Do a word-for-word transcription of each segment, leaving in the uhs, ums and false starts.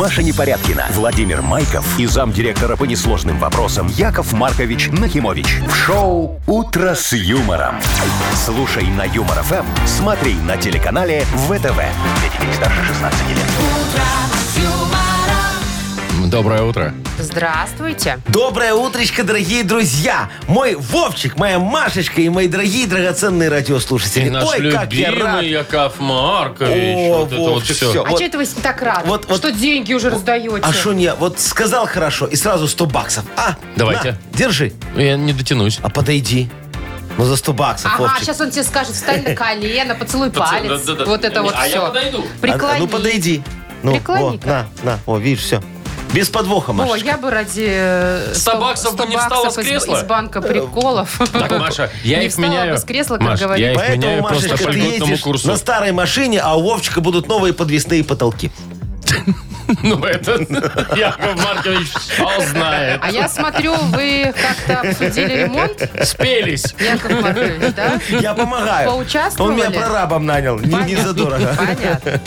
Маша Непорядкина, Владимир Майков и замдиректора по несложным вопросам Яков Маркович Нахимович. В шоу «Утро с юмором». Слушай на Юмор ФМ, смотри на телеканале ВТВ. Для детей старше шестнадцати лет. Доброе утро. Здравствуйте. Доброе утречко, дорогие друзья. Мой Вовчик, моя Машечка и мои дорогие драгоценные радиослушатели. И наш Ой, как я рад. любимый Яков Маркович. О, вот это вот Вовчик, все. всё. А Вот- что это вы так рады? вот- вот- Что деньги уже раздаете? А что не, вот сказал хорошо, и сразу сто баксов. А, Давайте. на, держи. Я не дотянусь. А подойди. Ну, за сто баксов, Ага, Вовчик. сейчас он тебе скажет, встань на колено, поцелуй Поцелуй, палец. да-да-да. Вот это вот А я все. подойду. А, Преклони. ну, подойди. Ну, Преклони-ка. о, на, на, о, видишь, все. Без подвоха, О, Машечка. я бы ради э, сто баксов бы не встала с из- кресла? Из, банка приколов. Так, Маша, я Не их встала меняю. бы с кресла, как Маш, я говорится. их Поэтому, меняю просто Машечка, по ты льготному едешь курсу. на старой машине, а у Вовчика будут новые подвесные потолки. Ну, это Яков Маркович все знает. А я смотрю, вы как-то обсудили ремонт, Спелись. Яков Маркович, да? Я помогаю. Поучаствовали? Он меня прорабом нанял, не, не задорого. Понятно.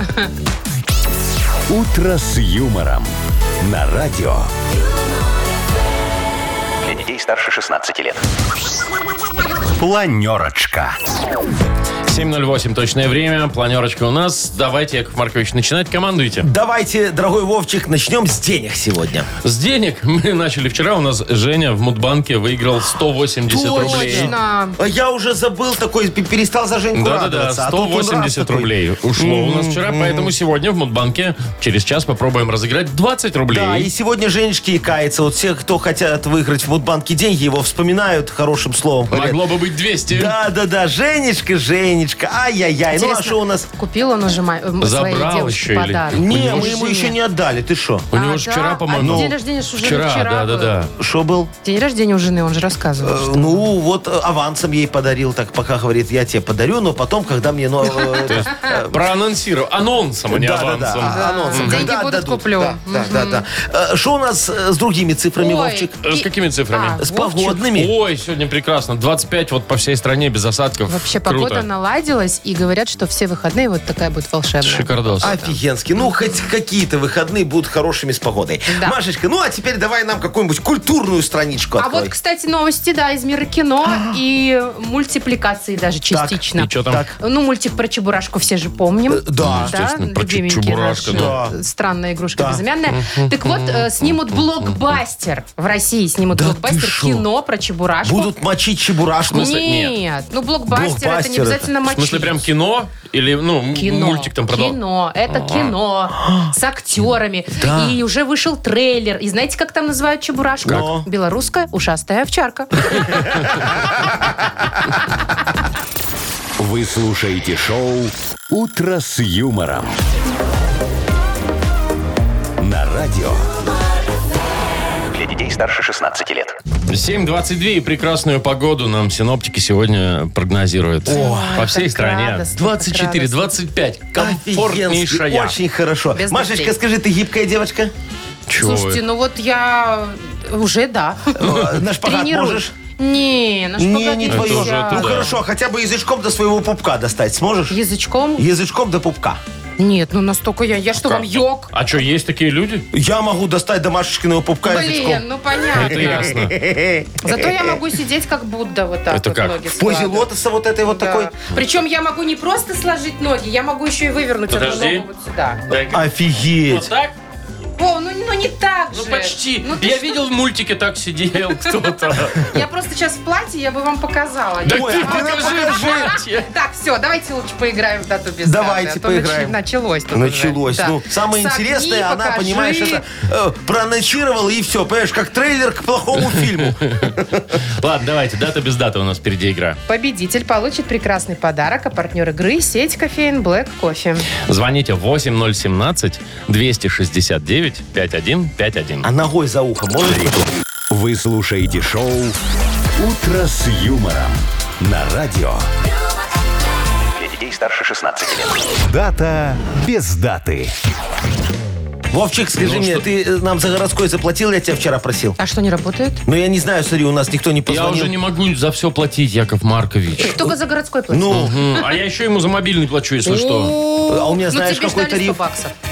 «Утро с юмором» на радио. Для детей старше шестнадцати лет. Планерочка. семь ноль восемь точное время. Планерочка у нас. Давайте, Яков Маркович, начинать. Командуйте. Давайте, дорогой Вовчик, начнем с денег сегодня. С денег мы начали вчера. У нас Женя в Мудбанке выиграл сто восемьдесят рублей. Точно. А я уже забыл такой, п- перестал за Женьку Да-да-да, радоваться. а сто тут он раз восемьдесят такой. рублей ушло у нас вчера, поэтому сегодня в Мудбанке через час попробуем разыграть двадцать рублей. Да, и сегодня Женечки и кается. Вот все, кто хотят выиграть в Мудбанке деньги, его вспоминают хорошим словом. Говорят, Могло бы быть двести. да-да-да, Женечка, Женечка, ай-яй-яй. Ну а Интересно, что у нас? Купил он уже ма- э, своей Забрал девушке еще или- подарок? У Не, него мы же ему жене. еще не отдали, ты что? У него А, же да? вчера, А по-моему. день рождения ж уже Вчера, вчера был. да-да-да. Что был? День рождения у жены, он же рассказывал. Э, что- Ну, вот э, авансом ей подарил, так пока говорит, я тебе подарю, но потом, когда мне... Ну, э, э, Проанонсировал. Анонсом, а не да-да-да, авансом. а- анонсом. Деньги Когда будут, отдадут. куплю. Да, да, да, да. Э, Что у нас э, с другими цифрами, Ой, Вовчик? Э, С и- какими цифрами? А, С Вовчик, погодными? Ой, сегодня прекрасно. двадцать пять вот по всей стране без осадков. Вообще Круто. погода наладилась, и говорят, что все выходные вот такая будет волшебная. Шикардос. Офигенски. Ну, хоть какие-то выходные будут хорошими с погодой. Да. Машечка, ну а теперь давай нам какую-нибудь культурную страничку А открой. вот, кстати, новости, да, из мира кино и мультипликации даже частично. И что там? Так. Ну, мультик про Чебурашку все же помним. Э, да. Естественно, про любименький Чебурашка, наш, да. э, странная игрушка Да. безымянная. Так вот, э, снимут блокбастер. В России снимут Да блокбастер ты шо? кино про Чебурашку. Будут мочить Чебурашку. смысле? Нет, Нет. ну блокбастер, это Блокбастер не это. обязательно В мочить. смысле, прям кино? Или, ну, м- Кино, мультик там продал? кино, это кино с актерами. Да. И уже вышел трейлер. И знаете, как там называют Чебурашку? Как? Белорусская ушастая овчарка. Вы слушаете шоу «Утро с юмором» на радио. Для детей старше шестнадцати лет. семь двадцать два и прекрасную погоду нам синоптики сегодня прогнозируют. По всей как стране. радостно, двадцать четыре как двадцать пять. Офигенски, Комфортнейшая. очень хорошо. Без Машечка, дождей. скажи, ты гибкая девочка? Чего Слушайте, вы? ну вот я уже, да. Э, На шпагат Тренируюсь. можешь? Не, на Не, шпагат не не твое. Это уже нельзя. Ну туда. хорошо, хотя бы язычком до своего пупка достать сможешь? Язычком? Язычком до пупка. Нет, ну настолько я... Я что, вам йог? А что, есть такие люди? Я могу достать до Машечкиного пупка язычком. Блин, ну понятно. Это ясно. Зато я могу сидеть как Будда вот так Это вот как? ноги В позе складывать. лотоса вот этой вот Да. такой. Причем я могу не просто сложить ноги, я могу еще и вывернуть одну Подожди. ногу вот сюда. Дай-ка. Офигеть. Вот так? О, ну, ну не так же. Ну почти. Ну, ты Я что? видел в мультике, так сидел кто-то. Я просто сейчас в платье, я бы вам показала. Да Ой, ты а ну покажи платье. Так, все, давайте лучше поиграем в дату без Давайте даты, а то поиграем. нач- Началось тут Началось. уже. Да. Ну, самое Согни, интересное, она, покажи. понимаешь, это э, проанонсировала и все. Понимаешь, как трейлер к плохому фильму. Ладно, давайте. Дата без даты у нас впереди игра. Победитель получит прекрасный подарок, а партнер игры — сеть кофеин Black Coffee. Звоните восемь ноль семнадцать двести шестьдесят девять пятьдесят один пятьдесят один. А ногой за ухом можешь? Вы слушаете шоу «Утро с юмором» на радио. Для детей старше шестнадцати лет. Дата без даты. Вовчик, скажи Ну, мне, что- ты э, нам за городской заплатил, я тебя вчера просил? А что, не работает? Ну, я не знаю, смотри, у нас никто не Я позвонил. уже не могу за все платить, Яков Маркович. Только за городской платить. Ну, М, А я еще ему за мобильный плачу, если что. а у меня Ну, знаешь, тебе ж какой дали сто тариф? баксов.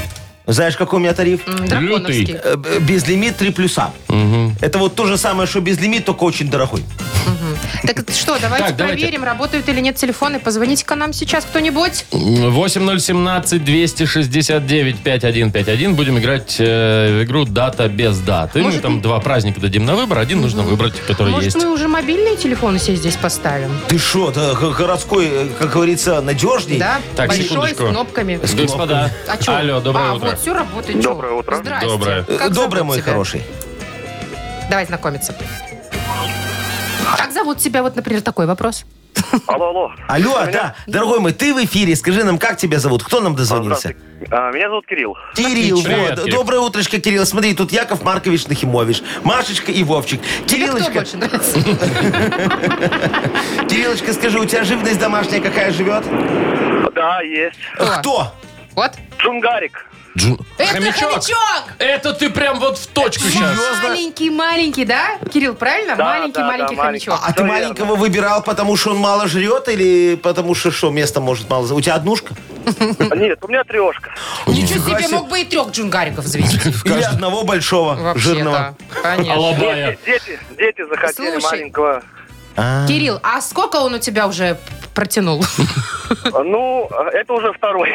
Знаешь, какой у меня тариф? М, Драконовский. Э, б- Безлимит три плюса. Это вот то же самое, что безлимит, только очень дорогой. Так что, давайте Так, давайте. проверим, работают или нет телефоны. Позвоните-ка нам сейчас кто-нибудь. восемь ноль один семь двести шестьдесят девять пятьдесят один пятьдесят один. Будем играть э, в игру «Дата без даты». Может, Мы там два праздника дадим на выбор. Один нужно выбрать, который Может, есть. мы уже мобильные телефоны себе здесь поставим? Ты что, городской, э, как говорится, надежней? Да? Так, Большой, секундочку. с кнопками. Господа, А чё? алло, доброе а, утро. вот, все работает. чё? Доброе утро. Здрасте. Доброе. Э, Как Доброе, зовут мой тебя? хороший. Давай знакомиться. Как зовут тебя? Вот, например, такой вопрос. Алло, алло. Алло, да, дорогой мой, ты в эфире. Скажи нам, как тебя зовут? Кто нам дозвонился? Здравствуйте. А, меня зовут Кирилл. Кирилл, Привет, вот. Кирилл. Доброе утречко, Кирилл. Смотри, тут Яков Маркович Нахимович, Машечка и Вовчик. Тебе кто Кириллочка, больше нравится? Кириллочка, скажи, у тебя живность домашняя какая живет? Да, есть. Кто? Вот. Джунгарик. Джун- Это Хомячок. хомячок! Это ты прям вот в точку сейчас. Серьезно? Маленький, маленький, да? Кирилл, правильно? Да, маленький, да, маленький да, хомячок. А, а ты Всё маленького выбирал, потому что он мало жрет или потому что что, место может мало... за- У тебя однушка? Нет, у меня трешка. Ничего Нифига себе, себе. мог бы и трех джунгариков завести. Или одного большого, жирного? Вообще-то, конечно. Алабая. Дети, дети захотели Слушай. маленького. А. Кирилл, а сколько он у тебя уже протянул? Ну, это уже второй.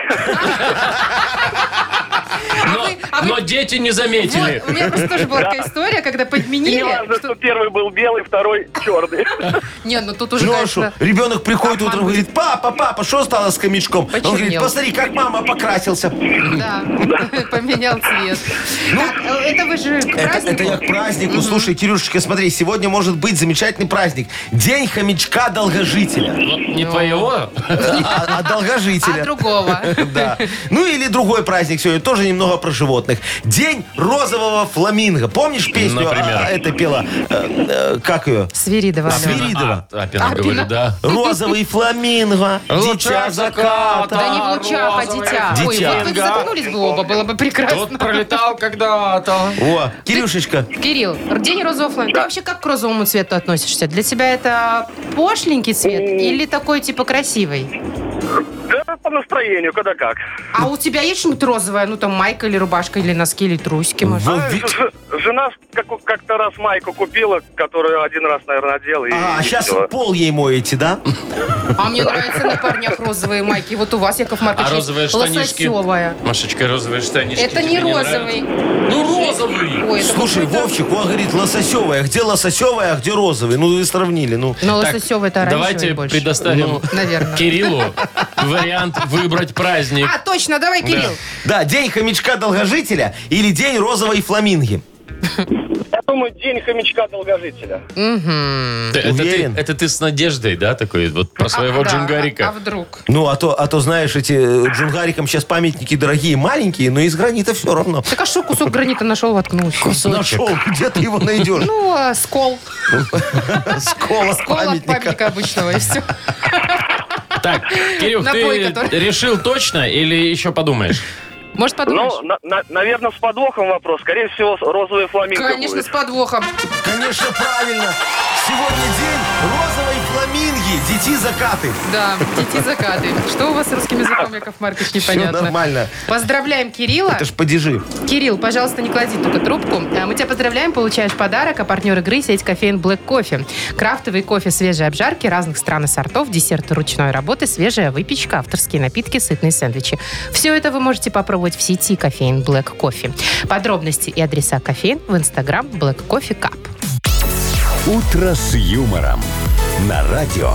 Но, вы- а вы- но дети не заметили. Вот, у меня просто тоже была такая история, когда И подменили. не важно, что- что первый был белый, второй черный. Не, ну тут уже, Ну а конечно... что? Ребенок приходит Обман утром и будет. говорит, папа, папа, что стало с хомячком? Он Почернел. говорит, посмотри, как мама покрасился. Да, поменял цвет. Так, э, это вы же к Это, это празднику? я к празднику. Слушай, Кирюшечка, смотри, сегодня может быть замечательный праздник. День хомячка-долгожителя. Вот не твоего. А, а А долгожителя. другого? Да. Ну или другой праздник сегодня, тоже немного про животных. День розового фламинго. Помнишь песню? Например? а, Это пела, э, э, как ее? Свиридова. А, Алена. Свиридова. А, Апина Апина. говорит, да. Розовый фламинго, Лучах дитя заката. заката. Да не в лучах, а розовый дитя. Ой, дитя. вот вы запнулись бы оба, было бы прекрасно. Тот пролетал когда-то. О, Кирюшечка, Кирилл, день розового фламинго. Ты вообще как к розовому цвету относишься? Для тебя это пошленький цвет или такой типа красивый? Да, по настроению, когда как. А у тебя есть что-нибудь розовое? Ну там майка или рубашка, или носки, или трусики, может? Во- А, Ви- ж- Жена как- как-то раз майку купила, которую один раз, наверное, надела. И, а и сейчас всё. пол ей моете, да? А мне нравятся на парнях розовые майки. Вот у вас, Яков Маркович, А розовые есть штанишки? лососевая. Машечка, розовые штанишки. Это не тебе не розовый. нравятся? Ну, розовый. Ой, это Слушай, какой-то- Вовчик, он говорит лососевая. Где лососевая, а где розовый? Ну, вы сравнили, ну. Но Так, лососевый это оранжевый давайте больше. предоставим Ну, наверное. Кириллу вариант выбрать праздник. А, точно, давай, Кирилл. Да, день хомячка-долгожителя или день розовой фламинги? Я думаю, день хомячка-долгожителя. Ты- это, ты, Уверен? это ты с надеждой, да, такой вот про своего А, да, джунгарика? А, а вдруг? Ну, а то, а то, знаешь, эти э, джунгарикам сейчас памятники дорогие, маленькие, но из гранита все равно. Так а что кусок гранита нашел, воткнулся? Нашел, где ты его найдешь? Ну, а, скол. Скола Скол от памятника. памятника обычного, и все. Так, Кирилл, Напой, ты который- решил точно или еще подумаешь? Может, подумаешь? Ну, на- на- наверное, с подвохом вопрос. Скорее всего, розовый фламинго Конечно, будет. с подвохом. Конечно, правильно. Сегодня день розовой фламинги, дети закаты. Да, дети закаты. Что у вас с русским языком, Яков Маркович, Все непонятно. нормально. Поздравляем Кирилла. Это ж падежи. Кирилл, пожалуйста, не клади только трубку. А, Мы тебя поздравляем, получаешь подарок, а партнер игры — сеть кофеин Black Coffee. Крафтовый кофе свежей обжарки разных стран и сортов, десерты ручной работы, свежая выпечка, авторские напитки, сытные сэндвичи. Все это вы можете попробовать в сети кофеин Black Coffee. Подробности и адреса кофеин в инстаграм Black Coffee Cup. «Утро с юмором» на радио.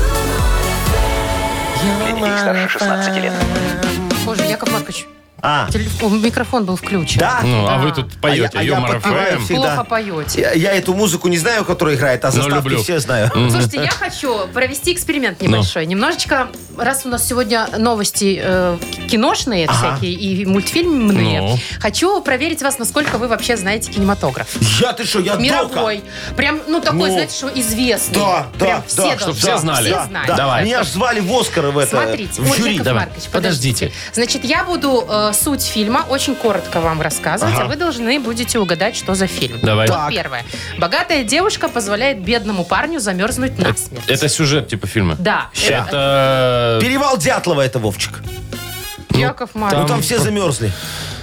Для детей старше шестнадцати лет. Боже, Яков Маркович, А, телефон, микрофон был включен. да? Ну, а Да. вы тут поете А я- а я Юмор подпеваю ФМ. все. Плохо всегда. поете. Я, я эту музыку не знаю, которая играет, а Но заставки люблю. все знаю. Слушайте, я хочу провести эксперимент Ну. небольшой. Немножечко, раз у нас сегодня новости э, киношные Ага. всякие и мультфильмные, Ну. хочу проверить вас, насколько вы вообще знаете кинематограф. Я ты что, я Мировой. Прям, ну, такой, Ну. знаете, что известный. Да, да, Прям да. все Чтоб должны- все знали. Все Да, знают. да. Давай. Меня ж звали в Оскар в это, Смотрите, в ой, жюри. Яков Давай, Маркович, подождите. Значит, я буду э, суть фильма очень коротко вам рассказывать, Ага. а вы должны будете угадать, что за фильм. Давай. Вот Так. первое. Богатая девушка позволяет бедному парню замерзнуть насмерть. Это сюжет типа фильма? Да. Это... Перевал Дятлова это, Вовчик. Яков Ну Маркович. там все замерзли.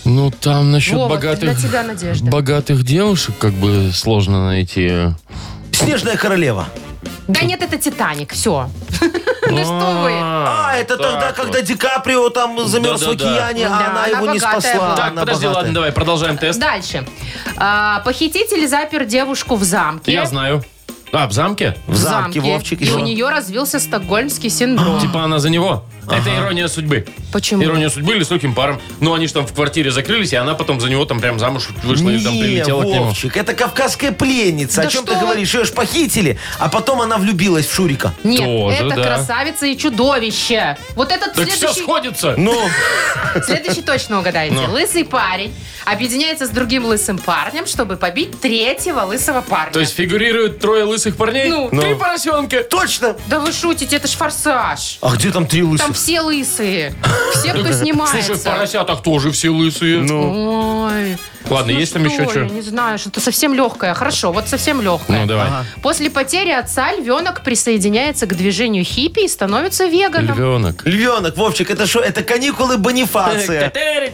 Ну, там насчет Вова, богатых... для тебя надежда. Богатых девушек как бы сложно найти. Снежная королева. Да нет, это «Титаник», все. Ну что вы? А, это так тогда, вот. когда Ди Каприо там замерз в Да-да-да. океане, а Да, она она его не богатая спасла. была. Так, Она подожди, богатая. ладно, давай, продолжаем тест. Дальше. А, Похититель запер девушку в замке. Я знаю. А, в замке? В замке, Вовчик, И еще. у нее развился стокгольмский синдром. Типа она за него. Это ирония судьбы. Почему? Ирония судьбы или с легким паром. Ну, они же там в квартире закрылись, и она потом за него там прям замуж вышла и там Не, прилетела к нему. Вовчик, это кавказская пленница. Да О чем что ты вы? говоришь? Ее ж похитили, а потом она влюбилась в Шурика. Нет, Тоже, это да. красавица и чудовище. Вот этот Так все следующий... сходится. Ну, Следующий точно угадаете. Ну. Лысый парень объединяется с другим лысым парнем, чтобы побить третьего лысого парня. То есть фигурируют трое лысых парней? Ну. Три Ну. поросенка. точно. Да вы шутите, это ж «Форсаж». А где там три Там лысых? все лысые. Все, кто снимается. Слушай, в поросятах тоже все лысые. Ну, Ой. Ладно, Ну есть там что, еще что? Я не знаю, что-то совсем легкое. Хорошо, вот совсем легкое. Ну, давай. Ага. После потери отца львенок присоединяется к движению хиппи и становится веганом. Львенок. Львенок, Вовчик, это что? Это каникулы Бонифация.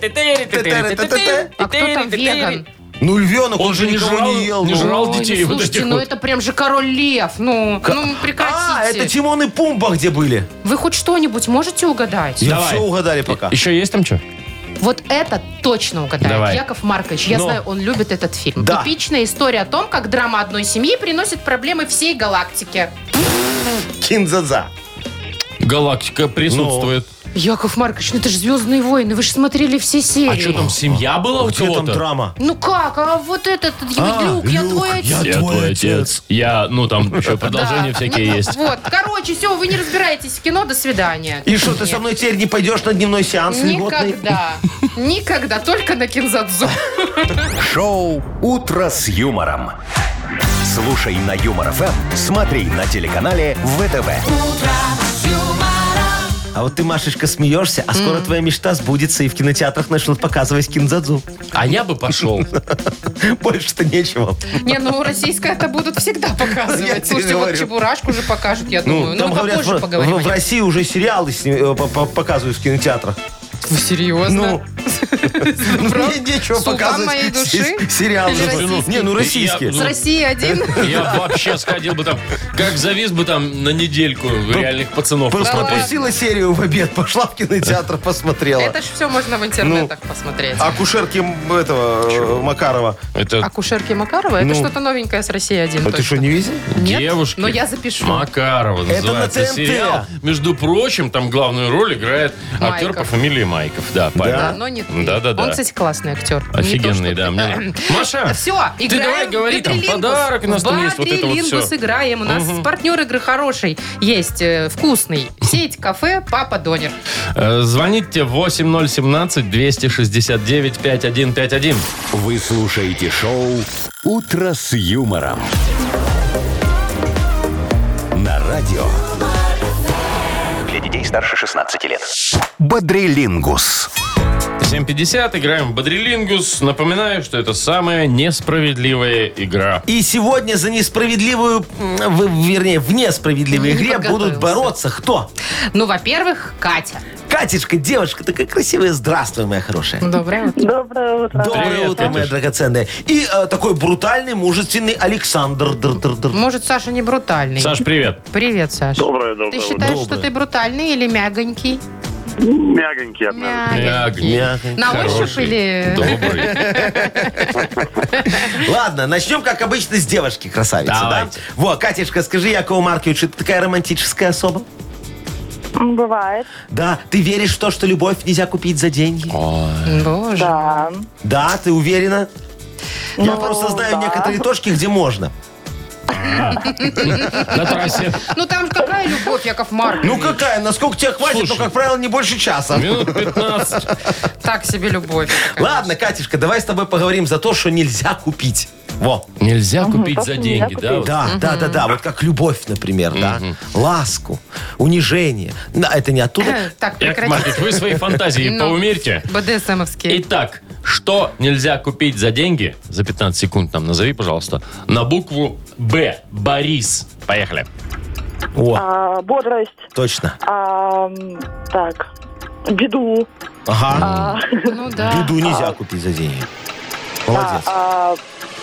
А кто там веган? Ну, львенок, он, Он же же не никого жрал- не ел. не ну. жрал Ой, детей ну, вот слушайте, этих ну вот. это прям же король лев. Ну, ну прекратите. А, это Тимон и Пумба где были? Вы хоть что-нибудь можете угадать? Я Давай. все угадали пока. Еще есть там что? Вот это точно угадает Давай. Яков Маркович. Я Но. знаю, он любит этот фильм. Да. Типичная история о том, как драма одной семьи приносит проблемы всей галактике. Кинзадза. Галактика присутствует. Яков Маркович, ну это же «Звездные войны», вы же смотрели все серии. А что там, семья была у Где там кого-то? драма? Ну как? А вот этот, А, Люк, я Люк, твой отец. я Я твой отец. Я, ну там еще продолжения Да. всякие Ну, есть. Вот, короче, все, вы не разбираетесь в кино, до свидания. И что, ты Нет. со мной теперь не пойдешь на дневной сеанс льготный? Никогда. Никогда, только на Кинзадзу. Шоу «Утро с юмором». Слушай на Юмор ФМ, смотри на телеканале ВТВ. А вот ты, Машечка, смеешься, а скоро твоя мечта сбудется, и в кинотеатрах начнут показывать кинзадзу. А я бы пошел. Больше-то нечего. Не, ну российское это будут всегда Я показывать. тебе Слушайте, вот говорю. Чебурашку же покажут, я Ну, думаю. там Ну, говорят, попозже в, поговорим. в- о в них. России уже сериалы с ним, э, по- по- показывают в кинотеатрах. Вы серьезно? Ну, мне нечего Судьба показывать. моей души? С- Сериалы. Или российские? Не, ну российские. Я- С России один? Я вообще сходил бы там, как завис бы там на недельку в реальных пацанов. Просто ладно. пропустила серию в обед, пошла в кинотеатр, посмотрела. Это ж все можно в интернетах посмотреть. Акушерки м, этого э, Макарова. Это Акушерки Макарова? Это Ну. что-то новенькое с России один. А ты что, не видел? Нет, девушки. но я запишу. Макарова Это называется на ТНТ. сериал. Между прочим, там главную роль играет актер Майков. по фамилии Майков. Да, Павел. Да, но не ты. Да-да-да. Он, кстати, классный актер. Офигенный, да. Мне... Маша, Все, ты играем давай говори, в там Бодрилингус. подарок у нас там есть, вот это вот Бодрилингус все. играем. У нас партнер игры хороший есть, э, вкусный. Сеть кафе «Папа Донер». Э, Звоните восемь ноль один семь двести шестьдесят девять пять один пять один. Вы слушаете шоу «Утро с юмором». На радио Для детей старше шестнадцати лет. «Бодрилингус». семь пятьдесят, играем в Бодрилингус. Напоминаю, что это самая несправедливая игра. И сегодня за несправедливую, м, в- вернее, в несправедливой Не игре подготовился. будут бороться кто? Ну, во-первых, Катя. Катюшка, девушка такая красивая. Здравствуй, моя хорошая. Доброе утро. Доброе утро. Доброе Привет, утро, моя Катюш. драгоценная. И э, такой брутальный, мужественный Александр. Др-др-др. Может, Саша не брутальный? Саш, привет. Привет, Саш. Доброе, Ты доброе утро. считаешь, Доброе. что ты брутальный или мягонький? Мягонький, однако. Мягонький. Мягонький. На ощупь Хороший, или... добрый. Ладно, начнем, как обычно, с девушки, красавицы, да? Давайте. Во, Катюшка, скажи, Якову Марковичу, ты такая романтическая особа? Бывает. Да, ты веришь в то, что любовь нельзя купить за деньги? Боже. Да. Да, ты уверена? Я Ну, просто знаю да. некоторые точки, где можно. На трассе. Ну там же какая любовь, Яков Маркович? Ну какая? Насколько тебя хватит? Слушай. Ну, как правило, не больше часа. Минут пятнадцать. Так себе любовь. конечно. Ладно, Катюшка, давай с тобой поговорим за то, что нельзя купить. Во. Нельзя купить то, за что нельзя деньги, да? купить. вот? Да, да, да, да. Вот как любовь, например, да. Ласку, унижение. Да, это не оттуда. Так, Яков Маркович, прекратите. вы свои фантазии Ну. поумерьте. БДСМовские. Итак, что нельзя купить за деньги? За пятнадцать секунд нам назови, пожалуйста. На букву Б. Борис. Поехали. О, А, бодрость. точно. А, м, так. Беду. Ага. А, Ну да. Беду нельзя купить за деньги. Молодец. а,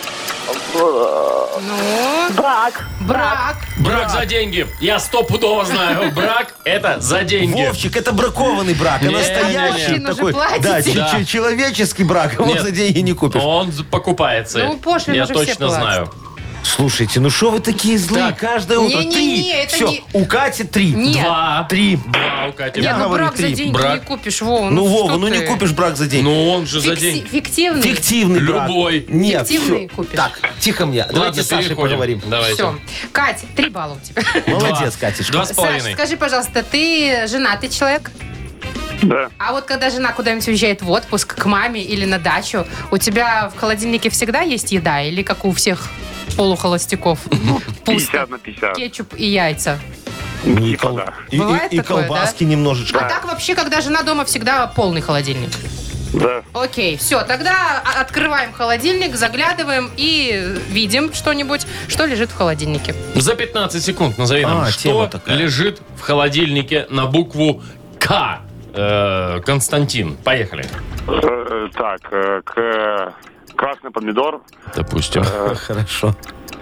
Ну, брак. брак. Брак за деньги. Я стопудово знаю. Брак – это за деньги. Вовчик, это бракованный брак, а Не, настоящий не, не. такой, Уже платите. да, ч- Да. ч- человеческий брак, его Нет. за деньги не купишь. Он покупается. Ну, пошлину Я же все точно платят. знаю. Слушайте, ну что вы такие злые? Так. Каждое утро Не-не-не, три. это Все, не- у Кати три. Нет. Два. Три. Два у Кати. Нет, ну говорю, брак за три. деньги Брак. не купишь, Вова. Ну, Вова, что ну не ты? купишь брак за деньги. Ну, он же за Фикси- деньги. Фиктивный. Фиктивный брак. Любой. Нет, Фиктивный всё. купишь. Так, тихо мне. Давайте с Сашей переходим. поговорим. Давайте. Все. Кать, три балла у тебя. Молодец, Два. Катюшка. Два с Саш, половиной. скажи, пожалуйста, ты женатый человек? Да. А вот когда жена куда-нибудь уезжает в отпуск к маме или на дачу, у тебя в холодильнике всегда есть еда? Или как у всех полухолостяков? Пусто. пятьдесят на пятьдесят. Кетчуп и яйца. Ну, и, Типа кол- да. и- и- Бывает и такое, колбаски да? немножечко. А так вообще, когда жена дома, всегда полный холодильник. Да. Окей, все, тогда о- открываем холодильник, заглядываем и видим что-нибудь, что лежит в холодильнике. За пятнадцать секунд назови нам, А, тема что такая. лежит в холодильнике на букву К. Э, Константин, поехали. Э, Так, э, к красный помидор, Допустим. Хорошо.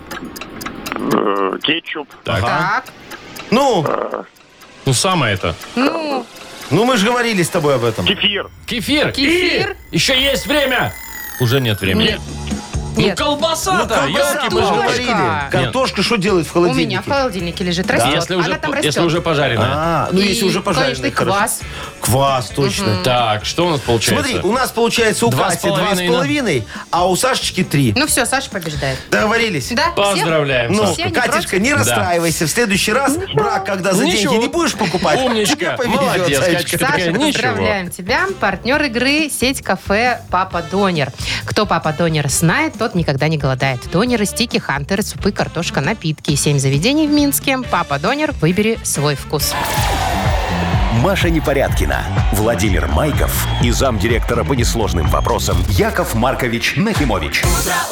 э, кетчуп, Так. Так, Ну, Ну, самое это. ну, ну мы же говорили с тобой об этом. кефир. Кефир. Кефир. И еще есть время. Уже нет времени. Нет. Ну, Нет. колбаса-то, колбаса, елки мы же Картошка. говорили. Картошка что делает в у холодильнике? меня в холодильнике лежит, растет. Если уже, Она там растет. если уже пожаренная. А, ну И, если уже пожаренный. конечно, и хорошо. квас. Квас, точно. Так, что у нас получается? Смотри, у нас получается у Два с Кати два с половиной, половиной, а у Сашечки три. Ну все, Саша побеждает. Договорились? Да? Поздравляем, Ну, Все не Катюшка, против? не расстраивайся. В следующий раз брак, когда за Ничего. деньги не будешь покупать, Умничка. тебе повезет, Молодец, Саечка. Катюшка. такая, Саша, ничего. поздравляем тебя. Партнер игры – сеть кафе «Папа Донер». Кто «Папа Донер» знает, тот никогда не голодает. Донеры, стики, хантеры, супы, картошка, напитки. Семь заведений в Минске. «Папа Донер». Выбери свой вкус. Маша Непорядкина, Владимир Майков и замдиректора по несложным вопросам Яков Маркович Нахимович.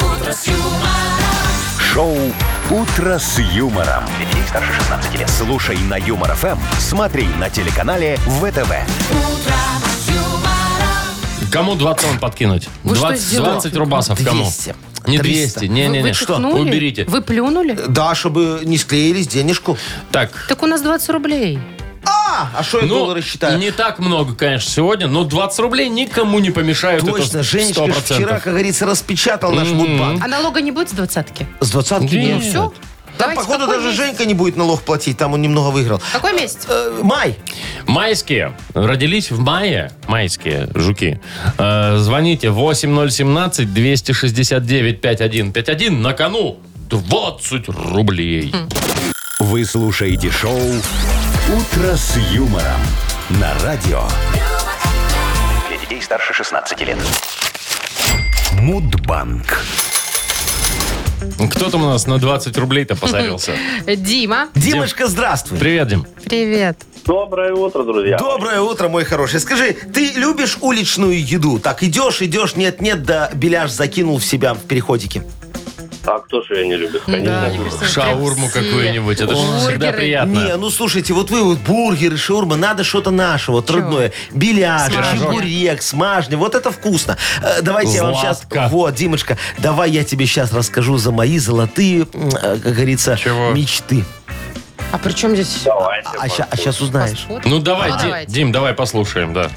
Шоу «Утро с юмором». Для детей старше шестнадцати лет. Слушай на Юмор ФМ, смотри на телеканале ВТВ. Кому двадцать он подкинуть? Вы что двадцать, сделали? двадцать рубасов кому? двести. Не триста. двести, не-не-не. Вы чихнули? Уберите. Вы плюнули? Да, чтобы не склеились денежку. Так, Так у нас двадцать рублей. А, а что я ну, доллары считаю? не так много, конечно, сегодня, но двадцать рублей никому не помешают. Точно, это Женечка сто ж процентов. вчера, как говорится, распечатал наш мудбанк. А налога не будет с двадцатки? С двадцатки Нет. нет. Все? Там, походу, даже Женька не будет налог платить, там он немного выиграл. Какой месяц? Э, май. Майские. Родились в мае. Майские жуки. Э, звоните восемь ноль один семь двести шестьдесят девять пятьдесят один пятьдесят один. На кону двадцать рублей. Вы слушаете шоу «Утро с юмором» на радио Для детей старше шестнадцати лет. Мудбанк. Кто там у нас на двадцать рублей-то позарился? Дима. Димочка, здравствуй. Привет, Дим. Привет. Доброе утро, друзья. Доброе утро, мой хороший. Скажи, ты любишь уличную еду? Так идешь, идешь, нет-нет, да беляш закинул в себя в переходике. А кто же ее не любит? Да, мне кажется, Шаурму прям все. какую-нибудь. Это же всегда Бургеры. приятно. Не, ну слушайте, вот вы вот бургеры, шаурма, надо что-то наше, вот Чего? родное. Беляш, Смажня. чебурек, смажня, вот это вкусно. Э, Давайте я вам сейчас... Златка. Вот, Димочка, давай я тебе сейчас расскажу за мои золотые, м, э, как говорится, Чего? мечты. А при чем здесь Давайте. А, сейчас узнаешь. фастфуд? Ну давай, Ну, Ди- давайте. Дим, давай послушаем, да.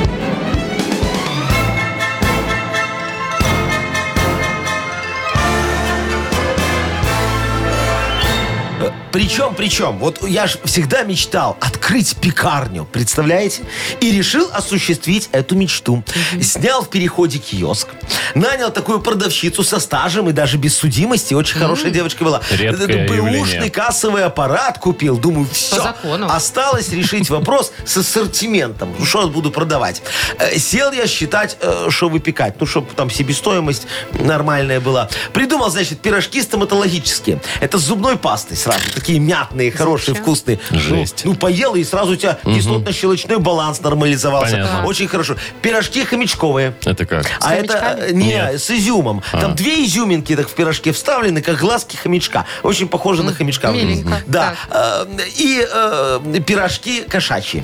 Причем, причем, вот я же всегда мечтал открыть пекарню, представляете? И решил осуществить эту мечту. Снял в переходе киоск, нанял такую продавщицу со стажем и даже без судимости, очень хорошая девочка была. Редкое Бэушный явление. кассовый аппарат купил, думаю, все. закону. Осталось решить вопрос с ассортиментом. Ну, что я буду продавать? Э, Сел я считать, э, что выпекать. Ну, чтобы там себестоимость нормальная была. Придумал, значит, пирожки стоматологические. Это с зубной пастой сразу. Такие мятные, хорошие, Зачем? вкусные. Жесть. Ну, ну, поел, и сразу у тебя кислотно-щелочной баланс нормализовался. Понятно. Очень хорошо. Пирожки хомячковые. Это как? А это хомячками? э, не, Нет. с изюмом. Там две изюминки так в пирожке вставлены, как глазки хомячка. Очень похоже на хомячка. миленько. Да. Э, И э, пирожки кошачьи.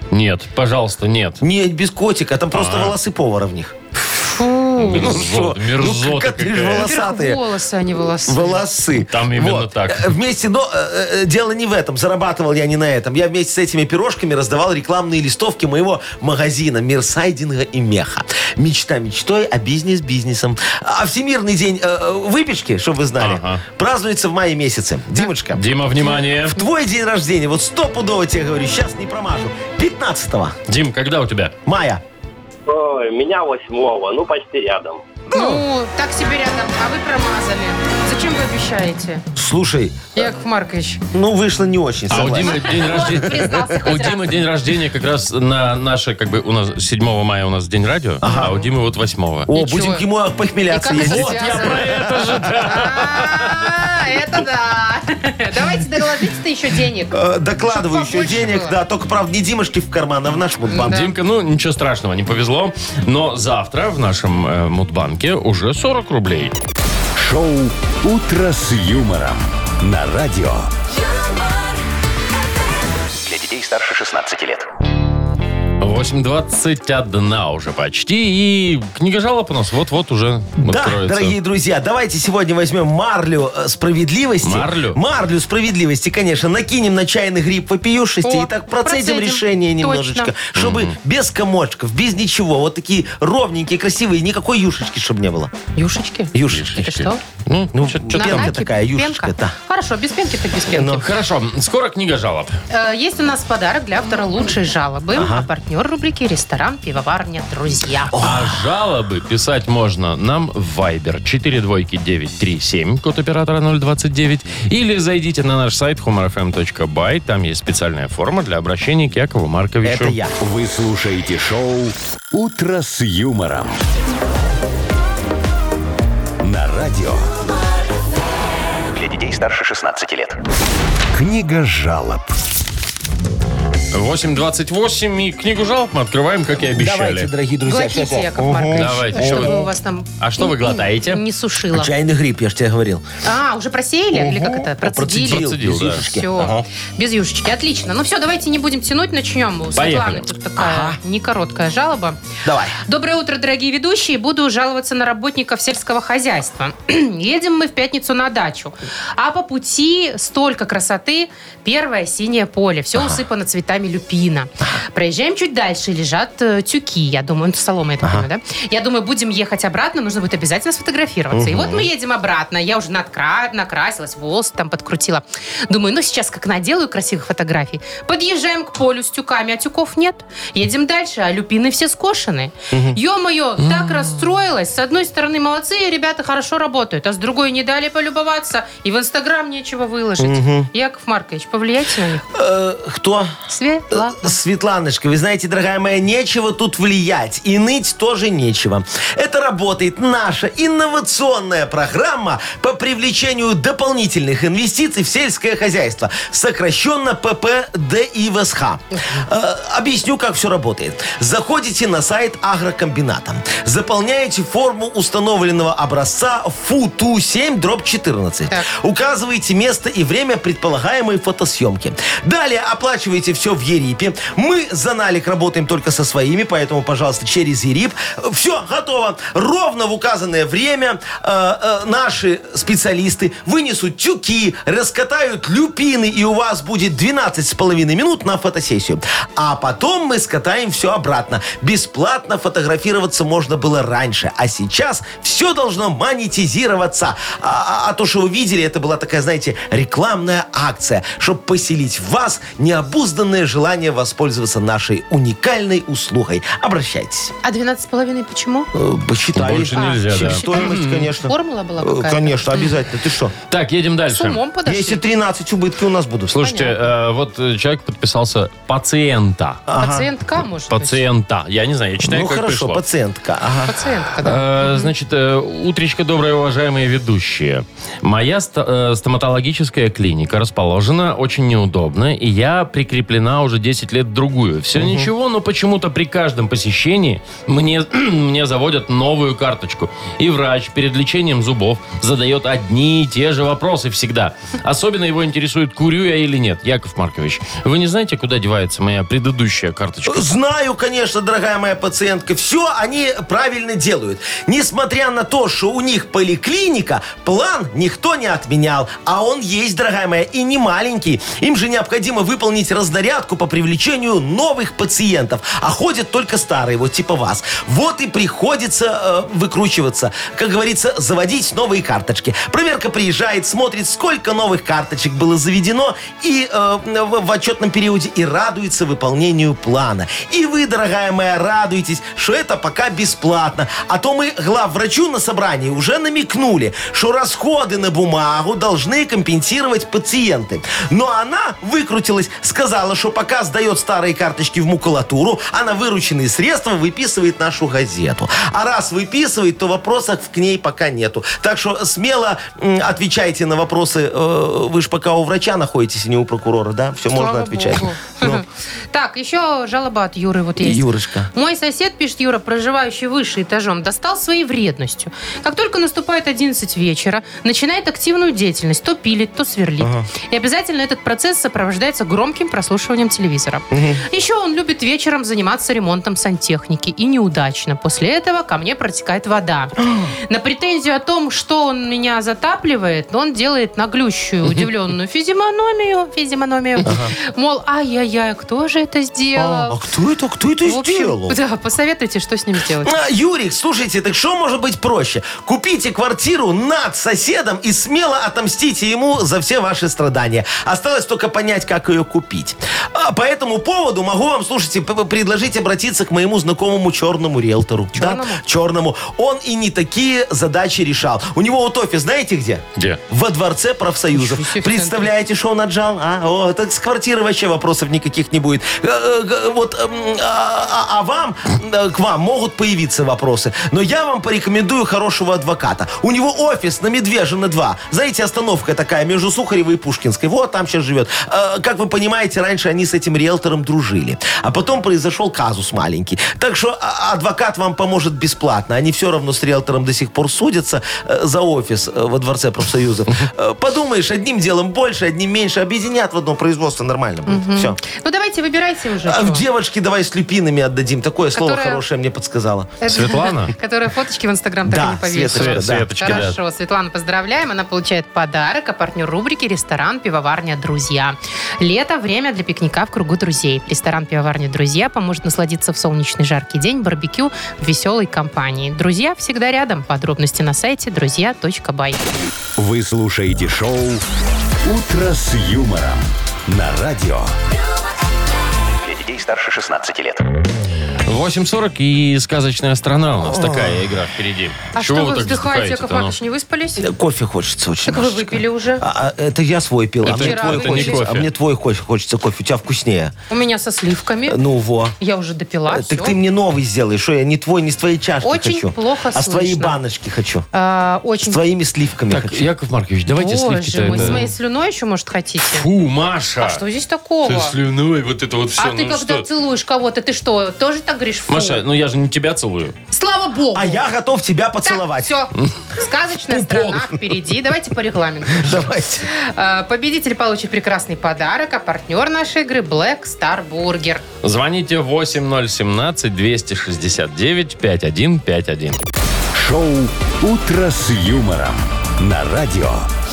Нет, пожалуйста, нет. Нет, без котика, там просто А. волосы повара в них. Мерзота, Ну, мерзота коты же какая. волосатые. Волосы, а не волосы. Волосы. Там именно Вот. так. Э, Вместе, но э, э, дело не в этом. Зарабатывал я не на этом. Я вместе с этими пирожками раздавал рекламные листовки моего магазина «Мир сайдинга и меха». Мечта мечтой, а бизнес бизнесом. А Всемирный день э, э, выпечки, чтобы вы знали, Ага. празднуется в мае месяце. Димочка, Дима, внимание. в твой день рождения, вот стопудово тебе говорю, сейчас не промажу, пятнадцатого Дим, когда у тебя? мая. Ой, меня восьмого, ну почти рядом. Ну, так себе рядом, а вы промазали. Зачем вы обещаете, Слушай, Яков Маркович? ну вышло не очень, А у согласен. Димы день рождения... Признался хоть У Димы раз. день рождения как раз на наше, как бы, у нас седьмого мая у нас день радио, а у Димы вот восьмого. О, Ничего. будем к нему И похмеляться как это ездить. связано? А, это да. Давайте доложите-то еще денег. Э, Докладываю Чтоб еще побольше денег, было. да, только, правда, не Димочки в карман, а в наш мудбанк. Да. Димка, ну ничего страшного, не повезло. Но завтра в нашем э, Мудбанке уже сорок рублей. Шоу «Утро с юмором» на радио. Для детей старше шестнадцати лет. восемь двадцать один уже почти. И книга жалоб у нас вот-вот уже Да, откроется. дорогие друзья, давайте сегодня возьмем марлю э, справедливости. Марлю? Марлю справедливости, конечно. Накинем на чайный гриб вопиюшести О, и так процедим процедим. решение немножечко. Точно. Чтобы без комочков, без ничего. Вот такие ровненькие, красивые. Никакой юшечки, чтобы не было. Юшечки? Юшечки. Это что? Ну, Ну, чё- чё На- там? пенка накипь? такая, юшечка, Пенка? да. Хорошо, без пенки так без пенки. Ну. Хорошо, скоро книга жалоб. Э, Есть у нас подарок для автора лучшей жалобы. А партнер рубрики «Ресторан, пивоварня, друзья». А жалобы писать можно нам в Viber четыре двойки девять три семь, код оператора ноль двадцать девять. Или зайдите на наш сайт humor эф эм точка бай. Там есть специальная форма для обращения к Якову Марковичу. Это я. Вы слушаете шоу «Утро с юмором» на радио. Для детей старше шестнадцати лет. Книга жалоб. восемь двадцать восемь, и книгу жалоб мы открываем, как и обещали. Давайте, дорогие друзья. сейчас Глотните, я- Яков Мгм. Маркович. Давайте, что Чтобы вы- у вас там... А что вы глотаете? Не сушило. Чайный гриб, я же тебе говорил. А, уже просеяли? Или как это? Процедили? Процедил, Процедил, без да. юшечки. Все, Ага. без юшечки. Отлично. Ну все, давайте не будем тянуть, начнем. У Поехали. Светланы тут такая не короткая жалоба. Давай. Доброе утро, дорогие ведущие. Буду жаловаться на работников сельского хозяйства. Едем мы в пятницу на дачу. А по пути столько красоты. Первое синее поле. Все усыпано цветами люпина. Проезжаем чуть дальше. Лежат э, тюки. Я думаю, ну, солома, я так понимаю, да? Я думаю, будем ехать обратно. Нужно будет обязательно сфотографироваться. И вот мы едем обратно. Я уже надкра... накрасилась, волосы там подкрутила. Думаю, ну сейчас как наделаю красивых фотографий. Подъезжаем к полю с тюками, а тюков нет. Едем дальше, а люпины все скошены. Ё-моё, так расстроилась. С одной стороны, молодцы, ребята хорошо работают, а с другой не дали полюбоваться. И в Инстаграм нечего выложить. Яков Маркович, повлияйте на них. Э, Кто? Светлана. Светланочка, вы знаете, дорогая моя, нечего тут влиять. И ныть тоже нечего. Это работает наша инновационная программа по привлечению дополнительных инвестиций в сельское хозяйство. Сокращенно пэ пэ дэ и вэ эс ха. Э, объясню, как все работает. Заходите на сайт агрокомбината. Заполняете форму установленного образца эф ю тэ семь четырнадцать. Так. Указываете место и время предполагаемой фотосъемки. Далее оплачиваете все в Ерипе. Мы за налик работаем только со своими, поэтому, пожалуйста, через Ерип. Все, готово. Ровно в указанное время э, э, наши специалисты вынесут тюки, раскатают люпины, и у вас будет двенадцать с половиной минут на фотосессию. А потом мы скатаем все обратно. Бесплатно фотографироваться можно было раньше, а сейчас все должно монетизироваться. А, а- а то, что вы видели, это была такая, знаете, рекламная акция, чтобы поселить в вас необузданное желание воспользоваться нашей уникальной услугой. Обращайтесь. А двенадцать с половиной почему? Э, Посчитали. Больше нельзя, А, да. Стоимость, конечно. Формула была Э, какая-то? Конечно, обязательно. Ты что? Так, едем С дальше. умом подошли. Если тринадцать убытки у нас будут. Слушайте, э, вот э, человек подписался пациента. Пациентка, может быть? Пациента. Я не знаю, я читаю, Ну как хорошо, пришло. пациентка. Ага. Пациентка, да. Э, Значит, э, утречка доброе, уважаемые ведущие. Моя ста- э, стоматологическая клиника расположена очень неудобно, и я прикреплена одна уже десять лет в другую. Все ничего, но почему-то при каждом посещении мне, мне заводят новую карточку. И врач перед лечением зубов задает одни и те же вопросы всегда. Особенно его интересует, курю я или нет. Яков Маркович, вы не знаете, куда девается моя предыдущая карточка? Знаю, конечно, дорогая моя пациентка. Все они правильно делают. Несмотря на то, что у них поликлиника, план никто не отменял. А он есть, дорогая моя, и не маленький. Им же необходимо выполнить разнарядку по привлечению новых пациентов. А ходят только старые, вот типа вас. Вот и приходится э, выкручиваться. Как говорится, заводить новые карточки. Проверка приезжает, смотрит, сколько новых карточек было заведено и э, в, в отчетном периоде, и радуется выполнению плана. И вы, дорогая моя, радуетесь, что это пока бесплатно. А то мы главврачу на собрании уже намекнули, что расходы на бумагу должны компенсировать пациенты. Но она выкрутилась, сказала, что пока сдает старые карточки в макулатуру, а на вырученные средства выписывает нашу газету. А раз выписывает, то вопросов к ней пока нету. Так что смело м, отвечайте на вопросы. Э, вы же пока у врача находитесь, а не у прокурора, да? Все Слава можно отвечать. Богу. Ну. Так, еще жалоба от Юры вот есть. Юрочка. Мой сосед, пишет Юра, проживающий выше этажом, достал своей вредностью. Как только наступает одиннадцать вечера, начинает активную деятельность. То пилит, то сверлит. Ага. И обязательно этот процесс сопровождается громким прослушиванием телевизора. Еще он любит вечером заниматься ремонтом сантехники. И неудачно. После этого ко мне протекает вода. На претензию о том, что он меня затапливает, он делает наглющую, удивленную физиономию. Физиономию. Мол, ай-яй-яй, кто же это сделал? А, а кто это, кто это В общем, сделал? да, посоветуйте, что с ним сделать. А, Юрик, слушайте, так что может быть проще? Купите квартиру над соседом и смело отомстите ему за все ваши страдания. Осталось только понять, как ее купить. А, по этому поводу могу вам, слушайте, п- предложить обратиться к моему знакомому черному риэлтору. Черному? Да, черному. Он и не такие задачи решал. У него вот офис, знаете где? Где? Во Дворце профсоюзов. Ничего себе, в Представляете, что он отжал? А? О, так с квартиры вообще вопросов никаких не будет. Э, э, Вот, эм, а, а- а вам, э, к вам могут появиться вопросы. Но я вам порекомендую хорошего адвоката. У него офис на Медвежина два. Знаете, остановка такая между Сухаревой и Пушкинской. Вот там сейчас живет. Э, Как вы понимаете, раньше они с этим риэлтором дружили. А потом произошел казус маленький. Так что а, адвокат вам поможет бесплатно. Они все равно с риэлтором до сих пор судятся э, за офис э, во Дворце профсоюзов. Э, Подумаешь, одним делом больше, одним меньше. Объединят в одно производство, нормально будет. Все. Ну, давайте, выбирайте уже. А чего. в девочке давай с люпинами отдадим. Такое слово Которая- хорошее мне подсказала. Это- Светлана? Которая фоточки в Инстаграм так Да, и не повесила. Светочка, да. Светочка, да. Хорошо, Светлану поздравляем. Она получает подарок, а партнер рубрики «Ресторан, пивоварня, друзья». Лето – время для пикника в кругу друзей. Ресторан, пивоварня, друзья поможет насладиться в солнечный жаркий день барбекю в веселой компании. Друзья всегда рядом. Подробности на сайте друзья точка бай. Вы слушаете шоу «Утро с юмором» на радио. Для детей старше шестнадцати лет. восемь сорок и сказочная страна у нас. Такая игра впереди. А Чего что вы так вздыхаете, Яков вздыхаете-то, ну? Маркович, не выспались? Э, Кофе хочется очень. Так вы Машечка. выпили уже. А, а, это я свой пил, а Это мне вчера твой выпили. хочется. Это не А кофе. мне твой хочется, хочется кофе. У тебя вкуснее. У меня со сливками. Ну, во. Я уже допила. Э, всё. Так ты мне новый сделай. Что я не твой, не с твоей чашки Очень хочу. плохо А с твоей слышно. баночки хочу. А, очень. С твоими сливками Так, хочу. Яков Маркович, давайте Боже сливки-то мой, это- с моей слюной еще, может, хотите? Фу, Маша! А что здесь такого? Ты слюной, вот это вот все. А ты ну когда что? целуешь кого-то, ты что, тоже так говоришь? Фу. Маша, ну я же не тебя целую. Слава богу! А я готов тебя Так, поцеловать. все. Сказочная страна впереди. Давайте по регламенту. Давайте. Э, Победитель получит прекрасный подарок, а партнер нашей игры Black Star Burger. Звоните восемь ноль семнадцать двести шестьдесят девять пятьдесят один пятьдесят один. Шоу «Утро с юмором» на радио.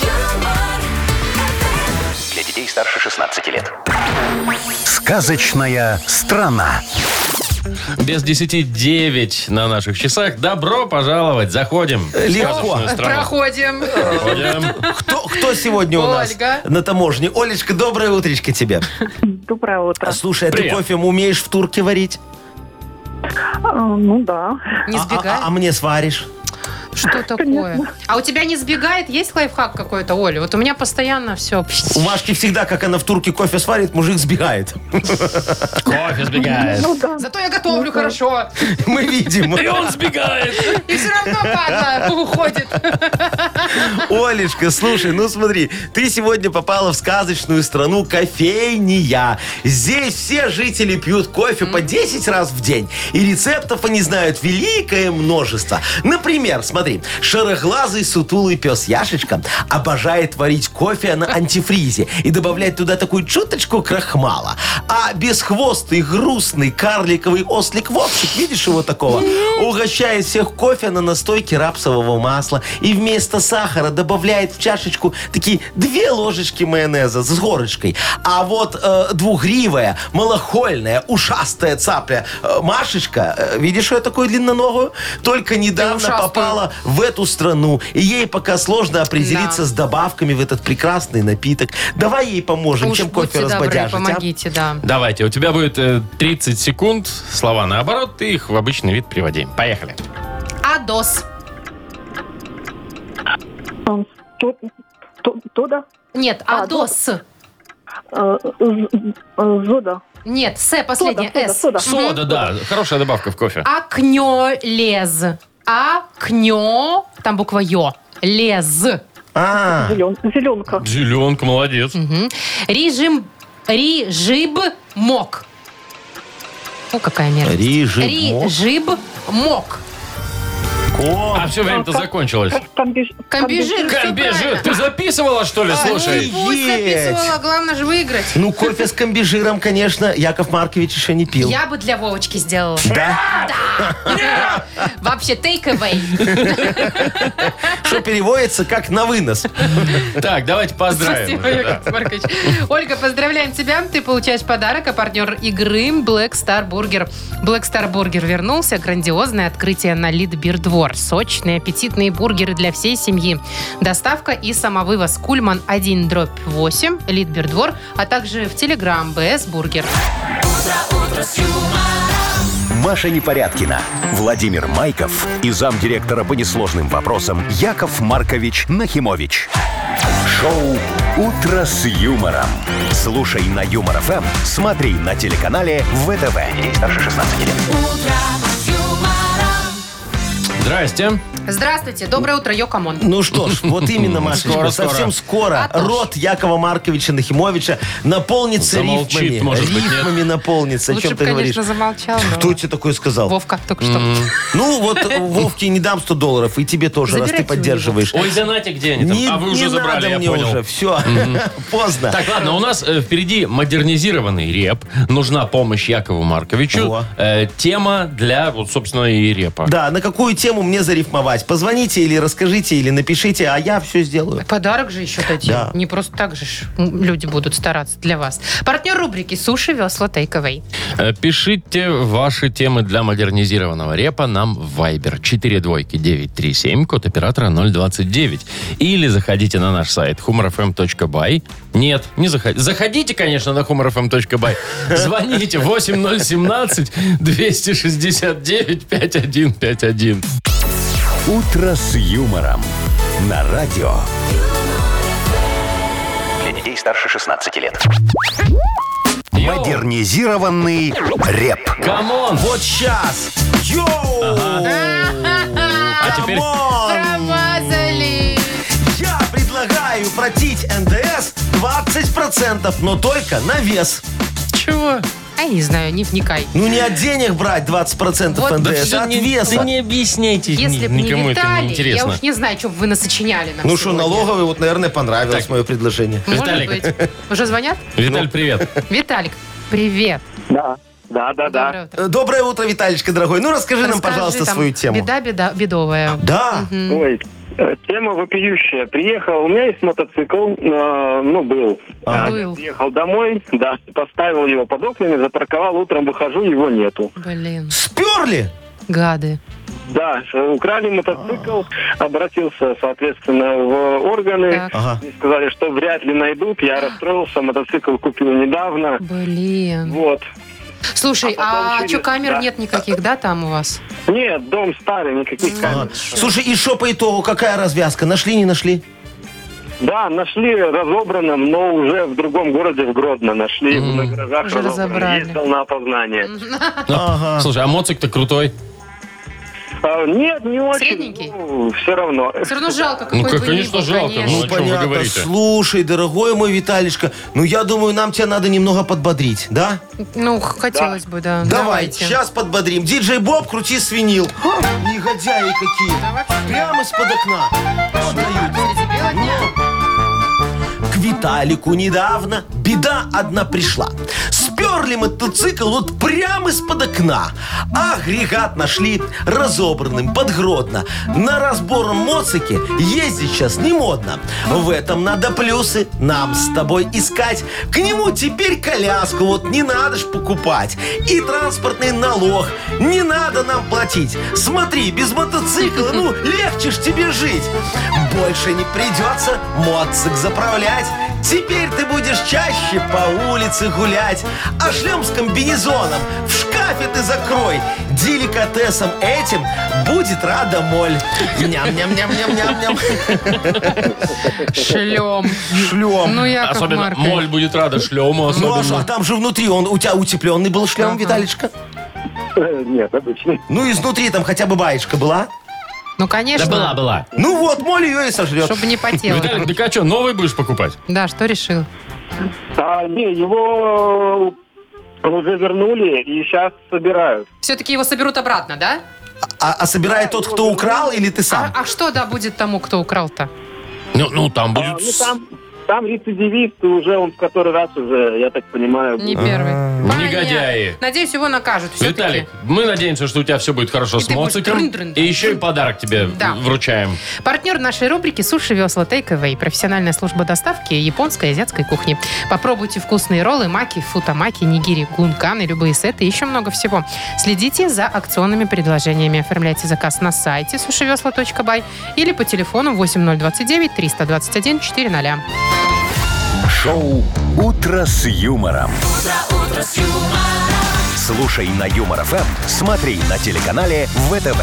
Для детей старше шестнадцати лет. Сказочная страна. Без десяти девять на наших часах. Добро пожаловать. Заходим. в Легко. сказочную страну. Проходим. Проходим. Кто, кто сегодня у нас Ольга. на таможне? Олечка, доброе утречко тебе. Доброе утро. А слушай, а ты Привет. кофе умеешь в турке варить? А, ну да. Не А- сбегай. А, а мне сваришь? Что такое? А у тебя не сбегает? Есть лайфхак какой-то, Оля? Вот у меня постоянно все... У Машки всегда, как она в турке кофе сварит, мужик сбегает. Кофе сбегает. Ну да. Зато я готовлю хорошо. Мы видим. И он сбегает. И все равно падла уходит. Олечка, слушай, ну смотри, ты сегодня попала в сказочную страну кофейния. Здесь все жители пьют кофе по десять раз в день. И рецептов они знают великое множество. Например, смотри, шароглазый сутулый пес Яшечка обожает варить кофе на антифризе и добавлять туда такую чуточку крахмала. А бесхвостый, грустный, карликовый ослик Вовчик, видишь его такого, угощает всех кофе на настойке рапсового масла и вместо сахара добавляет в чашечку такие две ложечки майонеза с горочкой. А вот э, двугривая, малохольная, ушастая цапля э, Машечка, э, видишь, что я такое длинноногую? Только недавно ушастую. попала в эту страну, и ей пока сложно определиться Да. с добавками в этот прекрасный напиток. Давай ей поможем, Уж чем кофе будьте добры, разбодяжить, а? помогите, да. Давайте, у тебя будет э, тридцать секунд. Слова наоборот, ты их в обычный вид приводи. Поехали. Адос. М, ту- ту- Туда. Нет, А, адос. Э, з- э, Зуда. Нет, с, последнее, Сода, с. сода, Сода, да. Хорошая добавка в кофе. Акнё лез. Акнё, там буква Ё. Лез. А, Зелен- Зеленка. Зеленка, молодец. Режим, режиб мок. О, какая мерзость. Режиб-мок? Режиб-мок. о, А все время-то закончилось. Комбиж- Комбижир. всё Комбежи, правильно. ты записывала, что ли? Слушай. Пусть записывала, главное же выиграть. ну кофе с комбижиром, конечно, Яков Маркович еще не пил. Я бы для Вовочки сделала. Да? Вообще, take away. Что переводится как на вынос. Так, давайте поздравим. Спасибо, уже, да. Яков Маркович. Ольга, поздравляем тебя. Ты получаешь подарок, а партнер игры Black Star Burger. Black Star Burger вернулся. Грандиозное открытие на Литбир-двор. Сочные, аппетитные бургеры для всей семьи. Доставка и самовывоз Кульман один дробь восемь, Литбир-двор, а также в Телеграм БС Бургер. Маша Непорядкина, Владимир Майков и замдиректора по несложным вопросам Яков Маркович Нахимович. Шоу «Утро с юмором». Слушай на Юмор ФМ, смотри на телеканале ВТВ. Ей старше шестнадцати лет. Здрасте. Здравствуйте, доброе утро, Йокамон. Ну что ж, вот именно, Машечка, Скоро, совсем скоро А то ж. рот Якова Марковича Нахимовича наполнится Замолчит, рифмами. может быть, нет? Рифмами наполнится. О Лучше чем бы, ты говоришь? конечно, замолчал. но- Кто тебе такое сказал? Вовка, только что. Ну вот Вовке не дам сто долларов, и тебе тоже, раз ты Забирайте у поддерживаешь. Ой, донате где они там? Не, А вы уже не забрали, надо я мне понял. уже, все, поздно. Так, ладно, у нас э, впереди модернизированный реп. Нужна помощь Якову Марковичу. Во. Э, тема для, вот, собственно, и репа. Да, на какую тему мне зарифмовать? Позвоните или расскажите, или напишите, а я все сделаю. Подарок же еще дадим. Да. Не просто так же ж люди будут стараться для вас. Партнер рубрики «Суши весла Takeaway». Э, Пишите ваши темы для модернизированного репа нам в Viber четыре двойки девять три семь, код оператора ноль двадцать девять. Или заходите на наш сайт humor эф эм точка бай. Нет, не заходите. Заходите, конечно, на humor эф эм точка бай. Звоните восемь ноль один семь двести шестьдесят девять пятьдесят один пятьдесят один. «Утро с юмором» на радио. Для детей старше шестнадцати лет. Йоу, Модернизированный реп. камон! Вот сейчас. Йоу! А теперь Промазали! Я предлагаю платить эн дэ эс двадцать процентов, но только на вес. чего? А я не знаю, не вникай. Ну не от денег брать двадцать процентов Вот эн дэ Да эс, всё а от не, веса. да не объясняйте, Если бы не никому это не Виталий, я интересно. уж не знаю, что бы вы насочиняли нам Ну что, сегодня. налоговый, вот, наверное, понравилось Так. мое предложение. Может Виталик. быть. Уже звонят? Виталь, привет. Виталик, привет. Да, да, да, да. Доброе утро. Э, Доброе утро, Виталичка, дорогой. Ну расскажи нам, Расскажи пожалуйста, там, свою тему. Беда, беда, бедовая. Да. Ой, э, тема вопиющая. Приехал, у меня есть мотоцикл, э, ну, был. А. А, Был. Приехал домой, да, поставил его под окнами, запарковал, утром выхожу, его нету. Блин, Сперли? гады. Да, э, украли мотоцикл, обратился, соответственно, в органы. Так. Ага. И сказали, что вряд ли найдут. Я расстроился, мотоцикл купил недавно. Блин. Вот. Слушай, А потом а через- что, камер да. нет никаких, да, там у вас? Нет, дом старый, никаких камер. Ага. Слушай, и что по итогу? Какая развязка? Нашли, не нашли? Да, нашли разобранным, но уже в другом городе, в Гродно, нашли mm. на гаражах уже разобрали. Ездил на опознание. Ага. Слушай, а моцик-то крутой? А, нет, не очень. Средненький? Ну, все равно. Все равно жалко, какой Ну, бы как, ни конечно, был, жалко. конечно. Ну, Ну, о чем вы понятно. говорите? Слушай, дорогой мой Виталишка, ну, я думаю, нам тебя надо немного подбодрить, да? Ну, хотелось бы, да. Давай, Давайте. сейчас подбодрим. Диджей Боб, крути свинил. А, негодяи какие. Прямо из-под окна. Вот дают. Среди бела дня. К Виталику недавно беда одна пришла. Сперли мотоцикл вот прямо из-под окна. Агрегат нашли разобранным под Гродно. На разбором моцике ездить сейчас не модно. В этом надо плюсы нам с тобой искать. К нему теперь коляску вот не надо ж покупать. И транспортный налог не надо нам платить. Смотри, без мотоцикла, ну, легче ж тебе жить. Больше не придется моцик заправлять. Теперь ты будешь чаще по улице гулять. А шлем с комбинезоном в шкафе ты закрой. Деликатесом этим будет рада моль. Ням-ням-ням-ням-ням-ням. Шлем. Шлем. Ну, Яков Особенно Маркович. моль будет рада шлему, Ну, а что, особенно. а там же внутри он у тебя утепленный был шлем, Ага. Виталичка? Нет, обычный. Ну, изнутри там хотя бы баечка была. Ну, Да конечно. была, была. Ну вот, моль ее и сожрет. Чтобы не потело. Виталик, так а что, новый будешь покупать? Да, что решил? А, не, его уже вернули и сейчас собирают. Все-таки его соберут обратно, да? А, а собирает тот, кто украл, или ты А, сам? а что, да, будет тому, кто украл-то? Ну, ну там А, будет... ну, там, там рецидивист, и уже он в который раз уже, я так понимаю. Не первый. Понятно. Негодяи. Надеюсь, его накажут все-таки. Виталик, мы надеемся, что у тебя все будет хорошо И с ты будешь моциком. дрын-дрын. И еще и подарок тебе Да. вручаем. Партнер нашей рубрики «Суши Весла Take Away». Профессиональная служба доставки японской и азиатской кухни. Попробуйте вкусные роллы, маки, футамаки, нигири, гунканы, любые сеты и еще много всего. Следите за акционными предложениями. Оформляйте заказ на сайте сушивесла точка бай или по телефону восемь ноль двадцать девять триста двадцать один четыреста. Шоу «Утро с юмором». Слушай на Юмор ФМ, смотри на телеканале ВТВ.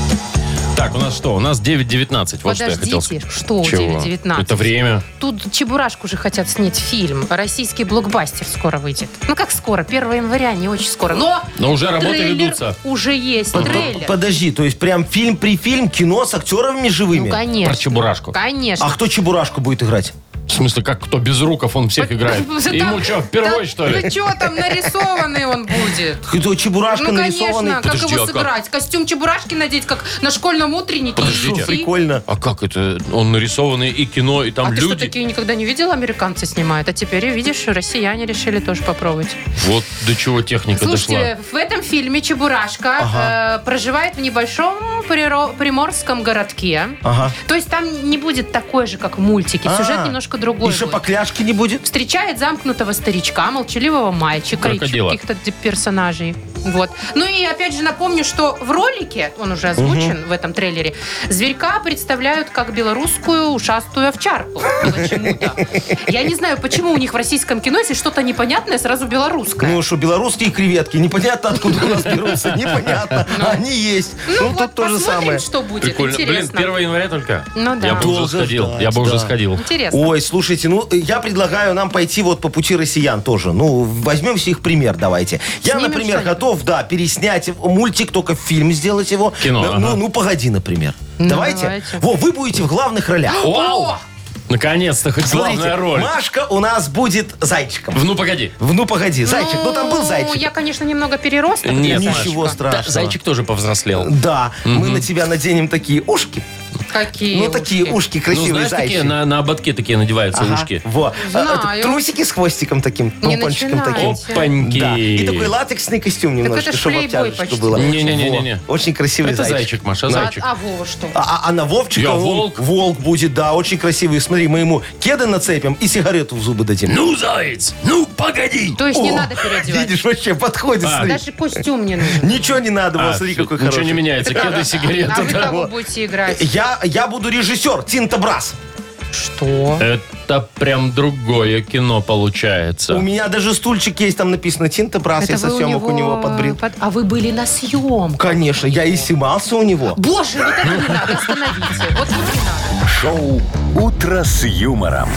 Так, у нас что? У нас девять девятнадцать. Вот что я хотел Подождите, сказать. что Чего? девять девятнадцать? Это время. Тут Чебурашку же хотят снять фильм. Российский блокбастер скоро выйдет. Ну как скоро? первого января, не очень скоро. Но, Но уже работы трейлер ведутся. уже есть. Трейлер. Подожди, то есть прям фильм при фильм, кино с актерами живыми? Ну, конечно. Про Чебурашку. Конечно. А кто Чебурашку будет играть? В смысле, как кто без руков, он всех играет. Ему что, впервой, Да, что ли? Ну что там, нарисованный он будет? Кто Чебурашка Ну, нарисованный? конечно, как Подожди, его а как? сыграть? Костюм Чебурашки надеть, как на школьном утреннике? Подождите. идти? Прикольно. А как это? Он нарисованный и кино, и там А ты что, люди. такие никогда не видел? Американцы снимают. А теперь, видишь, россияне решили тоже попробовать. Вот до чего техника Слушайте, в этом фильме Чебурашка э, проживает в небольшом приро- приморском городке. Ага. То есть там не будет такой же, как в мультике. Сюжет А, немножко другой И что, будет. покляшки не будет? Встречает замкнутого старичка, молчаливого мальчика и Крокодила. каких-то д- персонажей. Вот. Ну и опять же напомню, что в ролике, он уже озвучен в этом трейлере, зверька представляют как белорусскую ушастую овчарку. Почему-то. Я не знаю, почему у них в российском кино, если что-то непонятное, сразу белорусское. Ну что, белорусские креветки, непонятно откуда у нас берутся, непонятно. Они есть. Ну вот тут то же посмотрим, самое. что будет. Прикольно. Блин, Интересно. первого января только? Ну да. Я бы уже Долго сходил. ждать, Я бы уже да. сходил. Интересно. Ой, слушайте, ну я предлагаю нам пойти вот по пути россиян тоже. Ну, возьмем с их пример давайте. Я, Снимем например, что-нибудь? готов, да, переснять мультик, только в фильм сделать его. Кино, Ну, ага. ну, ну, погоди, например. Ну, давайте. давайте. Во, вы будете в главных ролях. Вау! Наконец-то, хоть Смотрите, главная роль. Машка у нас будет зайчиком. В- Ну, погоди. В «Ну, погоди», зайчик. Ну, там был зайчик. Я, конечно, немного переросток. Нет, для Ничего Машка. страшного. Да, зайчик тоже повзрослел. Да, мы на тебя наденем такие ушки. Какие Ну, такие ушки Ну, красивые, знаешь, такие зайчики. на, на ободке такие надеваются Ага, ушки. Во. Знаю. А, это трусики с хвостиком таким, Не помпончиком таким. начинайте. Опаньки. Да. И такой латексный костюм немножко, это ж чтобы плейбой обтяжечка почти. было. Не-не-не-не-не. Во. Очень красивый Это зайчик. зайчик, Маша, А, зайчик. а Вова что? А, а- а на Вовчика Я он- волк. волк будет, да, очень красивый. Смотри, мы ему кеды нацепим и сигарету в зубы дадим. Ну, заяц, ну, погоди. То есть не О, надо переодевать? Видишь, вообще подходит, А, смотри. Даже костюм не нужен. Ничего не надо, вот А, смотри, всё, какой ничего хороший. не меняется. Кеды, сигареты. А вы да. кого будете играть? Я, я буду режиссер, Тинто Брас. Что? Это прям другое кино получается. У меня даже стульчик есть, там написано «Тинто Брас», я со вы съемок у него подбрил. под- А вы были на съемках? Конечно, я и снимался у него. Боже, вот это не надо, остановите. Вот это не надо. Шоу «Утро с юмором».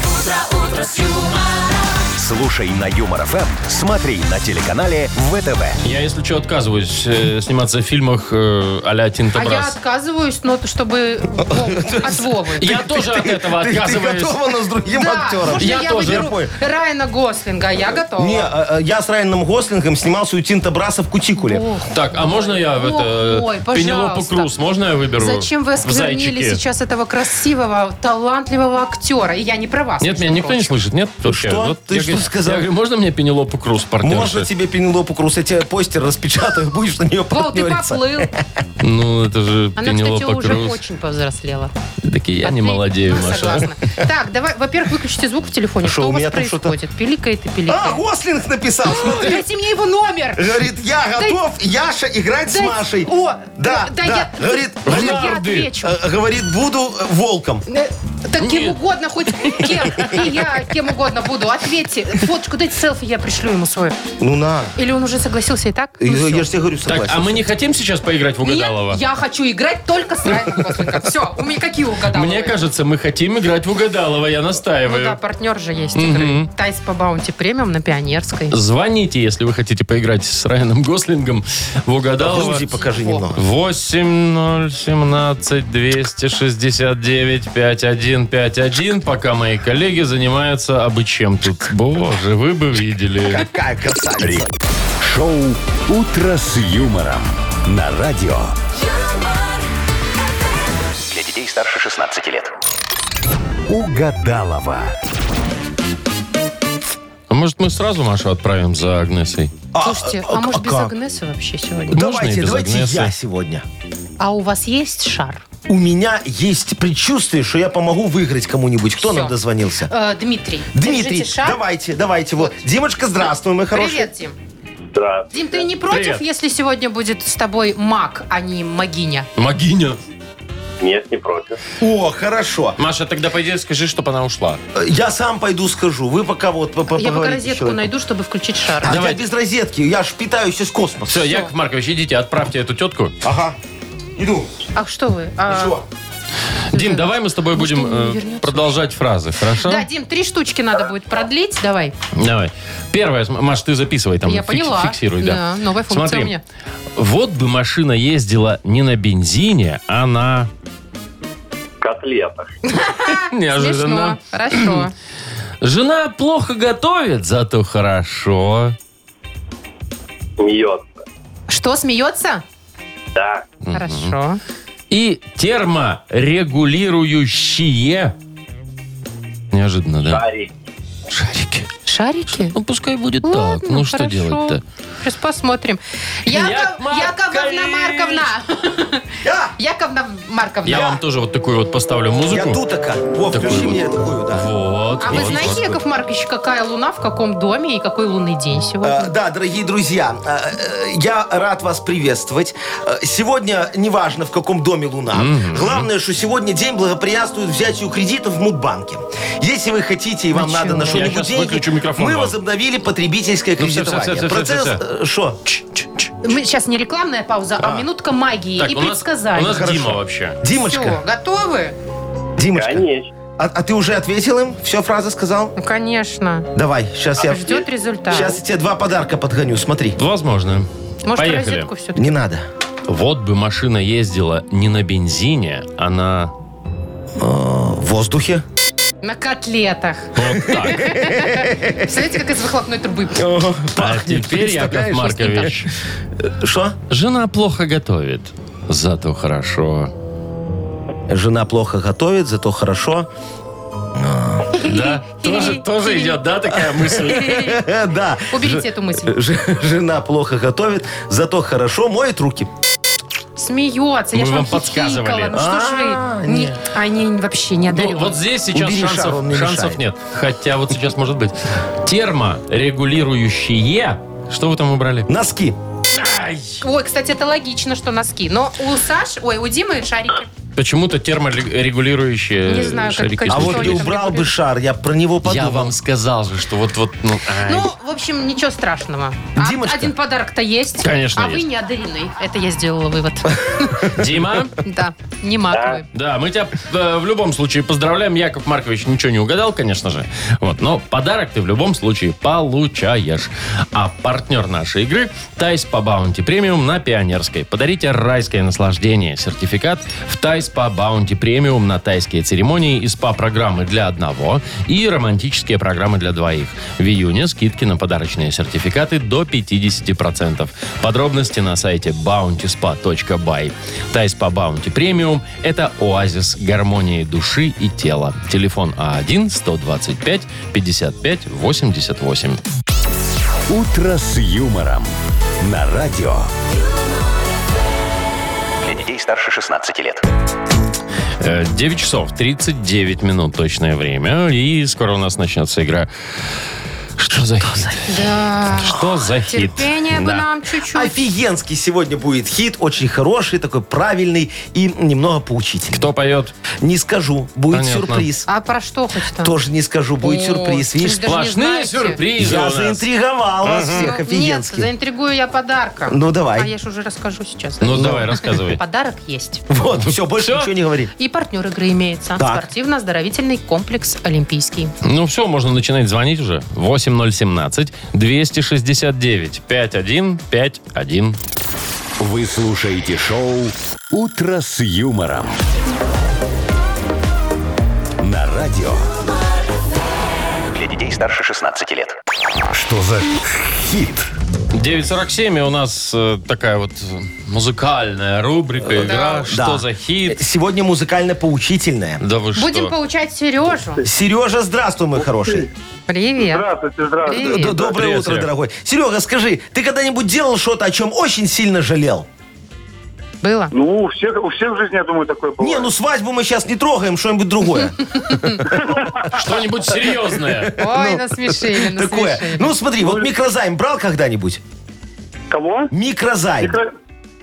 Слушай на Юмор ФМ, смотри на телеканале ВТВ. Я, если что, отказываюсь э, сниматься в фильмах э, а-ля Тинто А я Брас. отказываюсь, но чтобы Вов- от Вовы. Я тоже от этого Ты, ты отказываюсь. готова, но с другим Да, актером. можно Я я, тоже. выберу Я понял. Райана Гослинга, а я готова. Не, а, а, я с Райаном Гослингом снимался у Тинто Браса в Кутикуле. Ох, Так, а можно я в это Ой, Пенелопу пожалуйста. Круз, можно я выберу? Зачем вы в осквернили «Зайчике»? сейчас этого красивого, талантливого актера? И я не про вас. Нет, между меня никто не прочим. слышит, нет? Вообще? Что? Ты я что говорю- сказал? Я говорю, можно мне Пенелопу Круз, партнерша? Можно тебе Пенелопу Круз, я тебе постер распечатаю, будешь на нее Вов, ты партнериться. поплыл. Ну, это же Она, кстати, Пенелопа уже Круз. очень повзрослела. Так и я не Ответь. молодею, Ну, Маша. Согласна. Так, давай, во-первых, выключите звук в телефоне. Что, Что у у вас меня там что-то- происходит? Пиликает и А, пиликает. Гослинг написал, смотри. Дайте мне его номер. Говорит, я готов, Яша, играть с Дай- Машей. О, Да, да, да. я- Говорит, Да говорит, я Нарды. отвечу. э, говорит, буду э, волком. Э, Так кем угодно, хоть кем. И я кем угодно буду. Ответьте. Фоточку дайте, селфи, я пришлю ему свою. Ну на. Или он уже согласился и так? Ну, Я, всё. я же тебе говорю, Так, согласен. а мы не хотим сейчас поиграть в Угадалова? Нет, я хочу играть только с Райаном Гослингом. Все, у меня какие угадаловы? Мне кажется, мы хотим играть в Угадалова, я Ну настаиваю. да, партнер же есть игры. Тайс по баунти премиум на Пионерской. Звоните, если вы хотите поиграть с Райаном Гослингом в Угадалова. Грузи покажи немного. восемь ноль семнадцать двести шестьдесят девять пятьдесят один пятьдесят один. Пока мои коллеги занимаются абы чем тут. Боже, вы бы видели. Какая красавица. Шоу «Утро с юмором» на радио. Для детей старше шестнадцати лет. Угадалова. А может, мы сразу Машу отправим за Агнесой? Слушайте, а, а- может а без как? Агнесы вообще сегодня? Можно и Давайте, без давайте Агнесы. я сегодня. А у вас есть шар? У меня есть предчувствие, что я помогу выиграть кому-нибудь. Кто Всё. нам дозвонился? Э, Дмитрий. Дмитрий, держите шар. давайте, давайте. Вот. Димочка, здравствуй, мой хороший. Привет, Дим. Здравствуйте. Дим, ты не против, Привет. если сегодня будет с тобой маг, а не магиня? Магиня. Нет, не против. О, хорошо. Маша, тогда пойди скажи, чтобы она ушла. Э, Я сам пойду скажу. Вы пока вот по- по- Я пока поговорите с розетку человеком. найду, чтобы включить шар. А Давай. я без розетки. Я ж питаюсь из космоса. Все, Яков Маркович, идите, отправьте эту тетку. Ага. Иду. А что вы? А, Чего? Дим, давай мы с тобой Может, будем он не э, вернется? продолжать фразы, хорошо? Да, Дим, три штучки надо будет продлить. Давай. Давай. Первое, см- Маш, ты записывай там. Я фик- поняла. Фиксируй, да. Да, новая функция Смотри, у меня. вот бы машина ездила не на бензине, а на... Котлетах. Неожиданно. Смешно. Хорошо. Жена плохо готовит, зато хорошо. Смеется. Что, смеется? Да. Хорошо. И терморегулирующие... Неожиданно, да? Шарик. Шарики. Шарики? Ну, пускай будет Ладно, так. Ну, что хорошо. делать-то? Сейчас посмотрим. Яков, Яков Яковлевна Маркович! Марковна. Я? Яковна Марковна. Я вам тоже вот такую вот поставлю Я музыку. тутака. Во, Такой включи вот. мне такую, да. Вот. А вы вот, знаете, вот. Яков Маркович, какая луна, в каком доме и какой лунный день сегодня? Э, Да, дорогие друзья, э, э, я рад вас приветствовать. Э, Сегодня, неважно, в каком доме Луна, главное, что сегодня день благоприятствует взятию кредитов в Мудбанке. Если вы хотите и вам Ну надо чё? на Я что-нибудь щас деньги, выключу микрофон мы вам. возобновили потребительское Ну, всё, всё, кредитование. всё, всё, Процесс, всё, э, что? Мы сейчас не рекламная пауза, а, минутка магии Так, и у нас, у предсказаний. нас Хорошо. Дима вообще. Димочка, Все, готовы? Димочка, Конечно. а, а ты уже ответил им? Все, фразы сказал? Ну, конечно. Давай, сейчас я... Ждет результат. Сейчас я тебе два подарка подгоню, смотри. Возможно. Может, Поехали. розетку все-таки? Не надо. Вот бы машина ездила не на бензине, а на... В воздухе. На котлетах. Вот так. Представляете, как из выхлопной трубы. А теперь, Яков Маркович, Что? жена плохо готовит, зато хорошо. Жена плохо готовит, зато хорошо. Да? Тоже, тоже идет, да, такая мысль? Да. Уберите эту мысль. Ж- Жена плохо готовит, зато хорошо моет руки. Смеется. Я Мы же вам вам подсказывали. хихикала. Ну что ж А, вы? Не- Они вообще не Ну, одарены. вот здесь сейчас Убери шар, шансов, он мне шансов мешает. нет. Хотя вот сейчас может быть. Терморегулирующие. Что вы там убрали? Носки. Ай. Ой, кстати, это логично, что носки. Но у Саши, ой, у Димы шарики. Почему-то терморегулирующие Не знаю, как- шарики. как- А Что вот они не там убрал бы регулируют? шар, я про него подумал. Я вам сказал же, что вот-вот... Ну, ай. Ну, в общем, ничего страшного. А- Димочка. Один подарок-то есть. Конечно, А вы есть. не одаренный. Это я сделала вывод. Дима? Да, не маковый. Да, мы тебя э, в любом случае поздравляем. Яков Маркович ничего не угадал, конечно же. Вот, но подарок ты в любом случае получаешь. А партнер нашей игры – Тайс по Баунти Премиум на Пионерской. Подарите райское наслаждение. Сертификат в Тайс по Баунти Премиум на тайские церемонии и СПА-программы для одного и романтические программы для двоих. В июне скидки на подарочные сертификаты до пятьдесят процентов. Подробности на сайте баунти спа точка бай. Тайс по Баунти Премиум – это оазис гармонии души и тела. Телефон А один сто двадцать пять пятьдесят пять восемьдесят восемь. «Утро с юмором» на радио. Для детей старше шестнадцати лет. Э, девять часов тридцать девять минут точное время. И скоро у нас начнется игра. Что за хит? Да. Что за хит? Терпение бы Да. нам чуть-чуть. Офигенский сегодня будет хит, очень хороший, такой правильный и немного поучительный. Кто поет? Не скажу, будет Понятно. сюрприз. А про что хоть там? Тоже не скажу, будет О, сюрприз. вы Видишь, даже не Сплошные знаете. сюрпризы у я нас. заинтриговал вас всех Ну, Нет, офигенски. заинтригую я подарком. Ну, давай. А я же уже расскажу сейчас. Ну, давай, рассказывай. Подарок есть. Вот, все, больше Всё? ничего не говори. И партнер игры имеется. Так. Спортивно-оздоровительный комплекс «Олимпийский». Ну все, можно начинать звонить уже. восемь ноль семнадцать двести шестьдесят девять пятьдесят один пятьдесят один. Вы слушаете шоу «Утро с юмором» на радио. Для детей старше шестнадцати лет. Что за хит? девять сорок семь, и у нас э, такая вот э, музыкальная рубрика, игра «Что Да. за хит?». Сегодня музыкально-поучительная. Да вы Будем что? получать Сережу. Сережа, здравствуй, мой хороший. Привет. Здравствуйте, здравствуйте. Привет. Д- Доброе Привет, утро, Серег. дорогой. Серега, скажи, ты когда-нибудь делал что-то, о чем очень сильно жалел? Было? Ну, у всех, у всех в жизни, я думаю, такое бывает. Не, ну свадьбу мы сейчас не трогаем, что-нибудь другое. Что-нибудь серьезное. Ой, насмешили, Такое. насмешили. Ну смотри, вот микрозайм брал когда-нибудь? Кого? Микрозайм. Микро-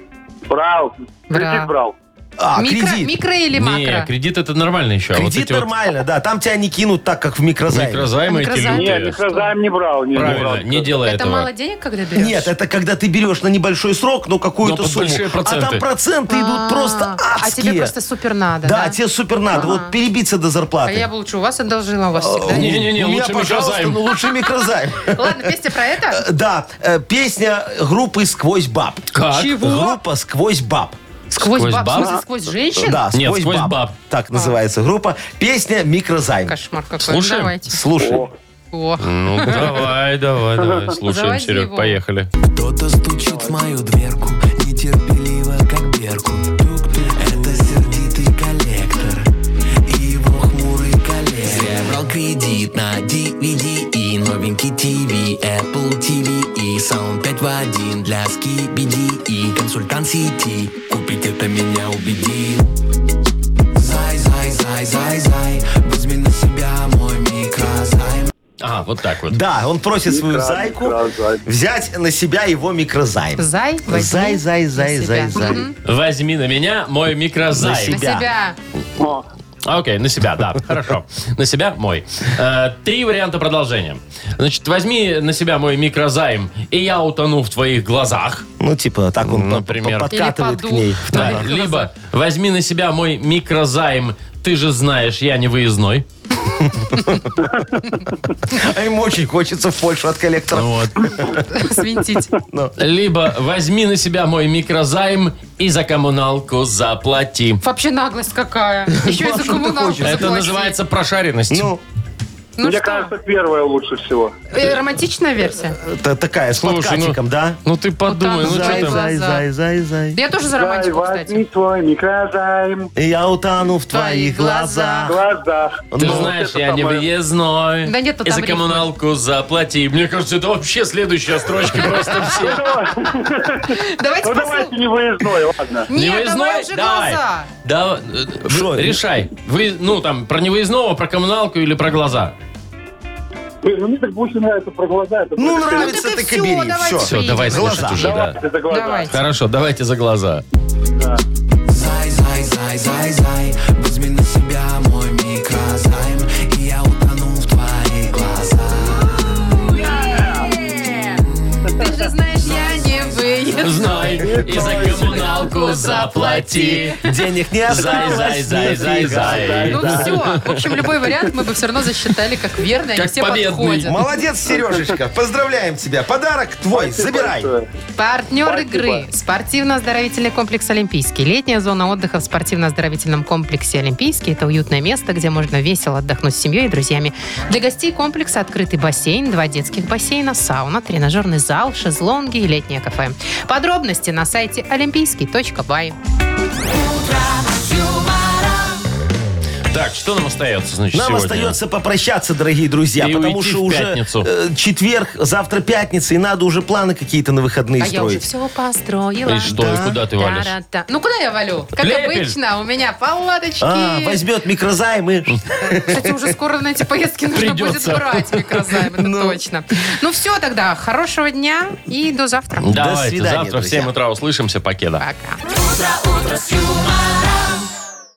Брал. Брал. Кредит брал. А, Микро, кредит. микро или Не, макро? кредит это нормально еще. а вот Кредит эти вот нормально, да. Там тебя не кинут так, как в микрозайме. микрозаймы эти Микрозайм. Нет, лютые. микрозайм не брал. Не, не брал. Правильно, не делай Это этого. мало денег, когда берешь? Нет, это когда ты берешь на небольшой срок, но какую-то Но под сумму. большие А проценты. там проценты идут А, просто А адские. тебе просто супер надо, Да, да? тебе супер надо. Ага. Вот перебиться до А зарплаты. я бы лучше у вас одолжила, у вас всегда. Не, Не-не-не, У меня, лучше пожалуйста, микрозайм. ну лучше микрозайм. Ладно, песня про это? Да, э, песня группы «Сквозь баб». Как? Группа «Сквозь баб». Сквозь, Сквозь баб, баб? в смысле, сквозь женщин? Да, Нет, «Сквозь, «Сквозь баб». баб. Так называется группа. Песня «Микрозайм». Кошмар какой. Слушаем? Ну, давайте. Слушай. Ох. Ну, давай, давай, давай. Слушаем, Заводи Серег, его. поехали. Кто-то стучит в мою дверку, нетерпеливо, как Беркут. Это сердитый коллектор и его хмурый коллега. Я брал кредит на ди ви ди и новенький ТВ, Apple ти ви и Sound пять в один для скибиди и консультант сети. Купить это меня убедил. Зай, зай, зай, зай, зай, возьми на себя мой микрозайм. А, вот так вот. Да, он просит свою Микро- зайку микрозайм. взять на себя его микрозайм. Зай, возьми Зай, зай, на зай, себя. зай, зай. Мгм. Возьми на меня мой На микрозайм. На себя. себя. О, Окей, на себя, да, хорошо. На себя мой. Э, Три варианта продолжения. Значит, возьми на себя мой микрозайм, и я утону в твоих глазах. Ну, типа, так он Например. по- подкатывает Или к ней. подув. Да, Да. либо возьми на себя мой микрозайм, ты же знаешь, я не выездной. А ему очень хочется в Польшу от коллектора. Вот. Свинтить. Либо возьми на себя мой микрозайм и за коммуналку заплати. Вообще наглость какая. Еще и Ну, а за что ты коммуналку хочешь? Это заплатить. называется прошаренность. Ну, Ну мне что, кажется, первое лучше всего. э, романтичная версия? это такая, с Слушай, подкатиком, да? Ну ты подумай, Вот ну так что вот. там? Зай, зай, зай, зай. Я тоже за Зай, романтику, возьми кстати. свой микрозайм Я утону в Твоих твоих глазах. в глазах. Ты Ну, знаешь, это я не самое. выездной. Да нет, тут И за там рифмы. коммуналку заплати. Мне кажется, это вообще следующая строчка просто все. Давайте Ну послу- давайте не выездной, ладно. Не Нет, давай уже Давай. глаза. Да, э, Шо? вы- решай. Вы, ну, там, про невыездного, про коммуналку или про глаза? Блин, ну мне так больше нравится про глаза. Это Ну, больше. нравится, так и так и всё, бери. давайте Все. Все, давай Глаза. слушать уже, да. Давайте за глаза. Давайте. Хорошо, давайте за глаза. Зай, зай, зай, зай, зай, зай. Возьми на себя мой микрозайм, и я утону в твоих глазах. Ты же знаешь, я не выеду. Знай, и за коммуналку заплати. Денег не Зай, осталось. зай, зай, зай, зай. Ну Да. все. В общем, любой вариант мы бы все равно засчитали как верный. Они Как все победный. подходят. Молодец, Сережечка. Поздравляем тебя. Подарок твой. Забирай. Партнер Спасибо. игры. Спортивно-оздоровительный комплекс «Олимпийский». Летняя зона отдыха в спортивно-оздоровительном комплексе «Олимпийский». Это уютное место, где можно весело отдохнуть с семьей и друзьями. Для гостей комплекса открытый бассейн, два детских бассейна, сауна, тренажерный зал, шезлонги и летнее кафе. Подробности на сайте олимпийский точка бай. Так, что нам остается, значит, Нам сегодня? остается попрощаться, дорогие друзья, И потому уйти что в уже пятницу. э, четверг, завтра пятница, и надо уже планы какие-то на выходные А я уже строить. все построила. И что, и куда ты валишь? Та-ра-та. Ну, куда я валю? Как Лепель. обычно, у меня палаточки. А, возьмет микрозайм и... Кстати, уже скоро на эти поездки нужно Придется. будет брать микрозайм, это точно. Ну все тогда, хорошего дня и до завтра. Давайте, свидания, завтра в друзья. семь утра услышимся. Покеда. Пока. Утро, утро с юмором.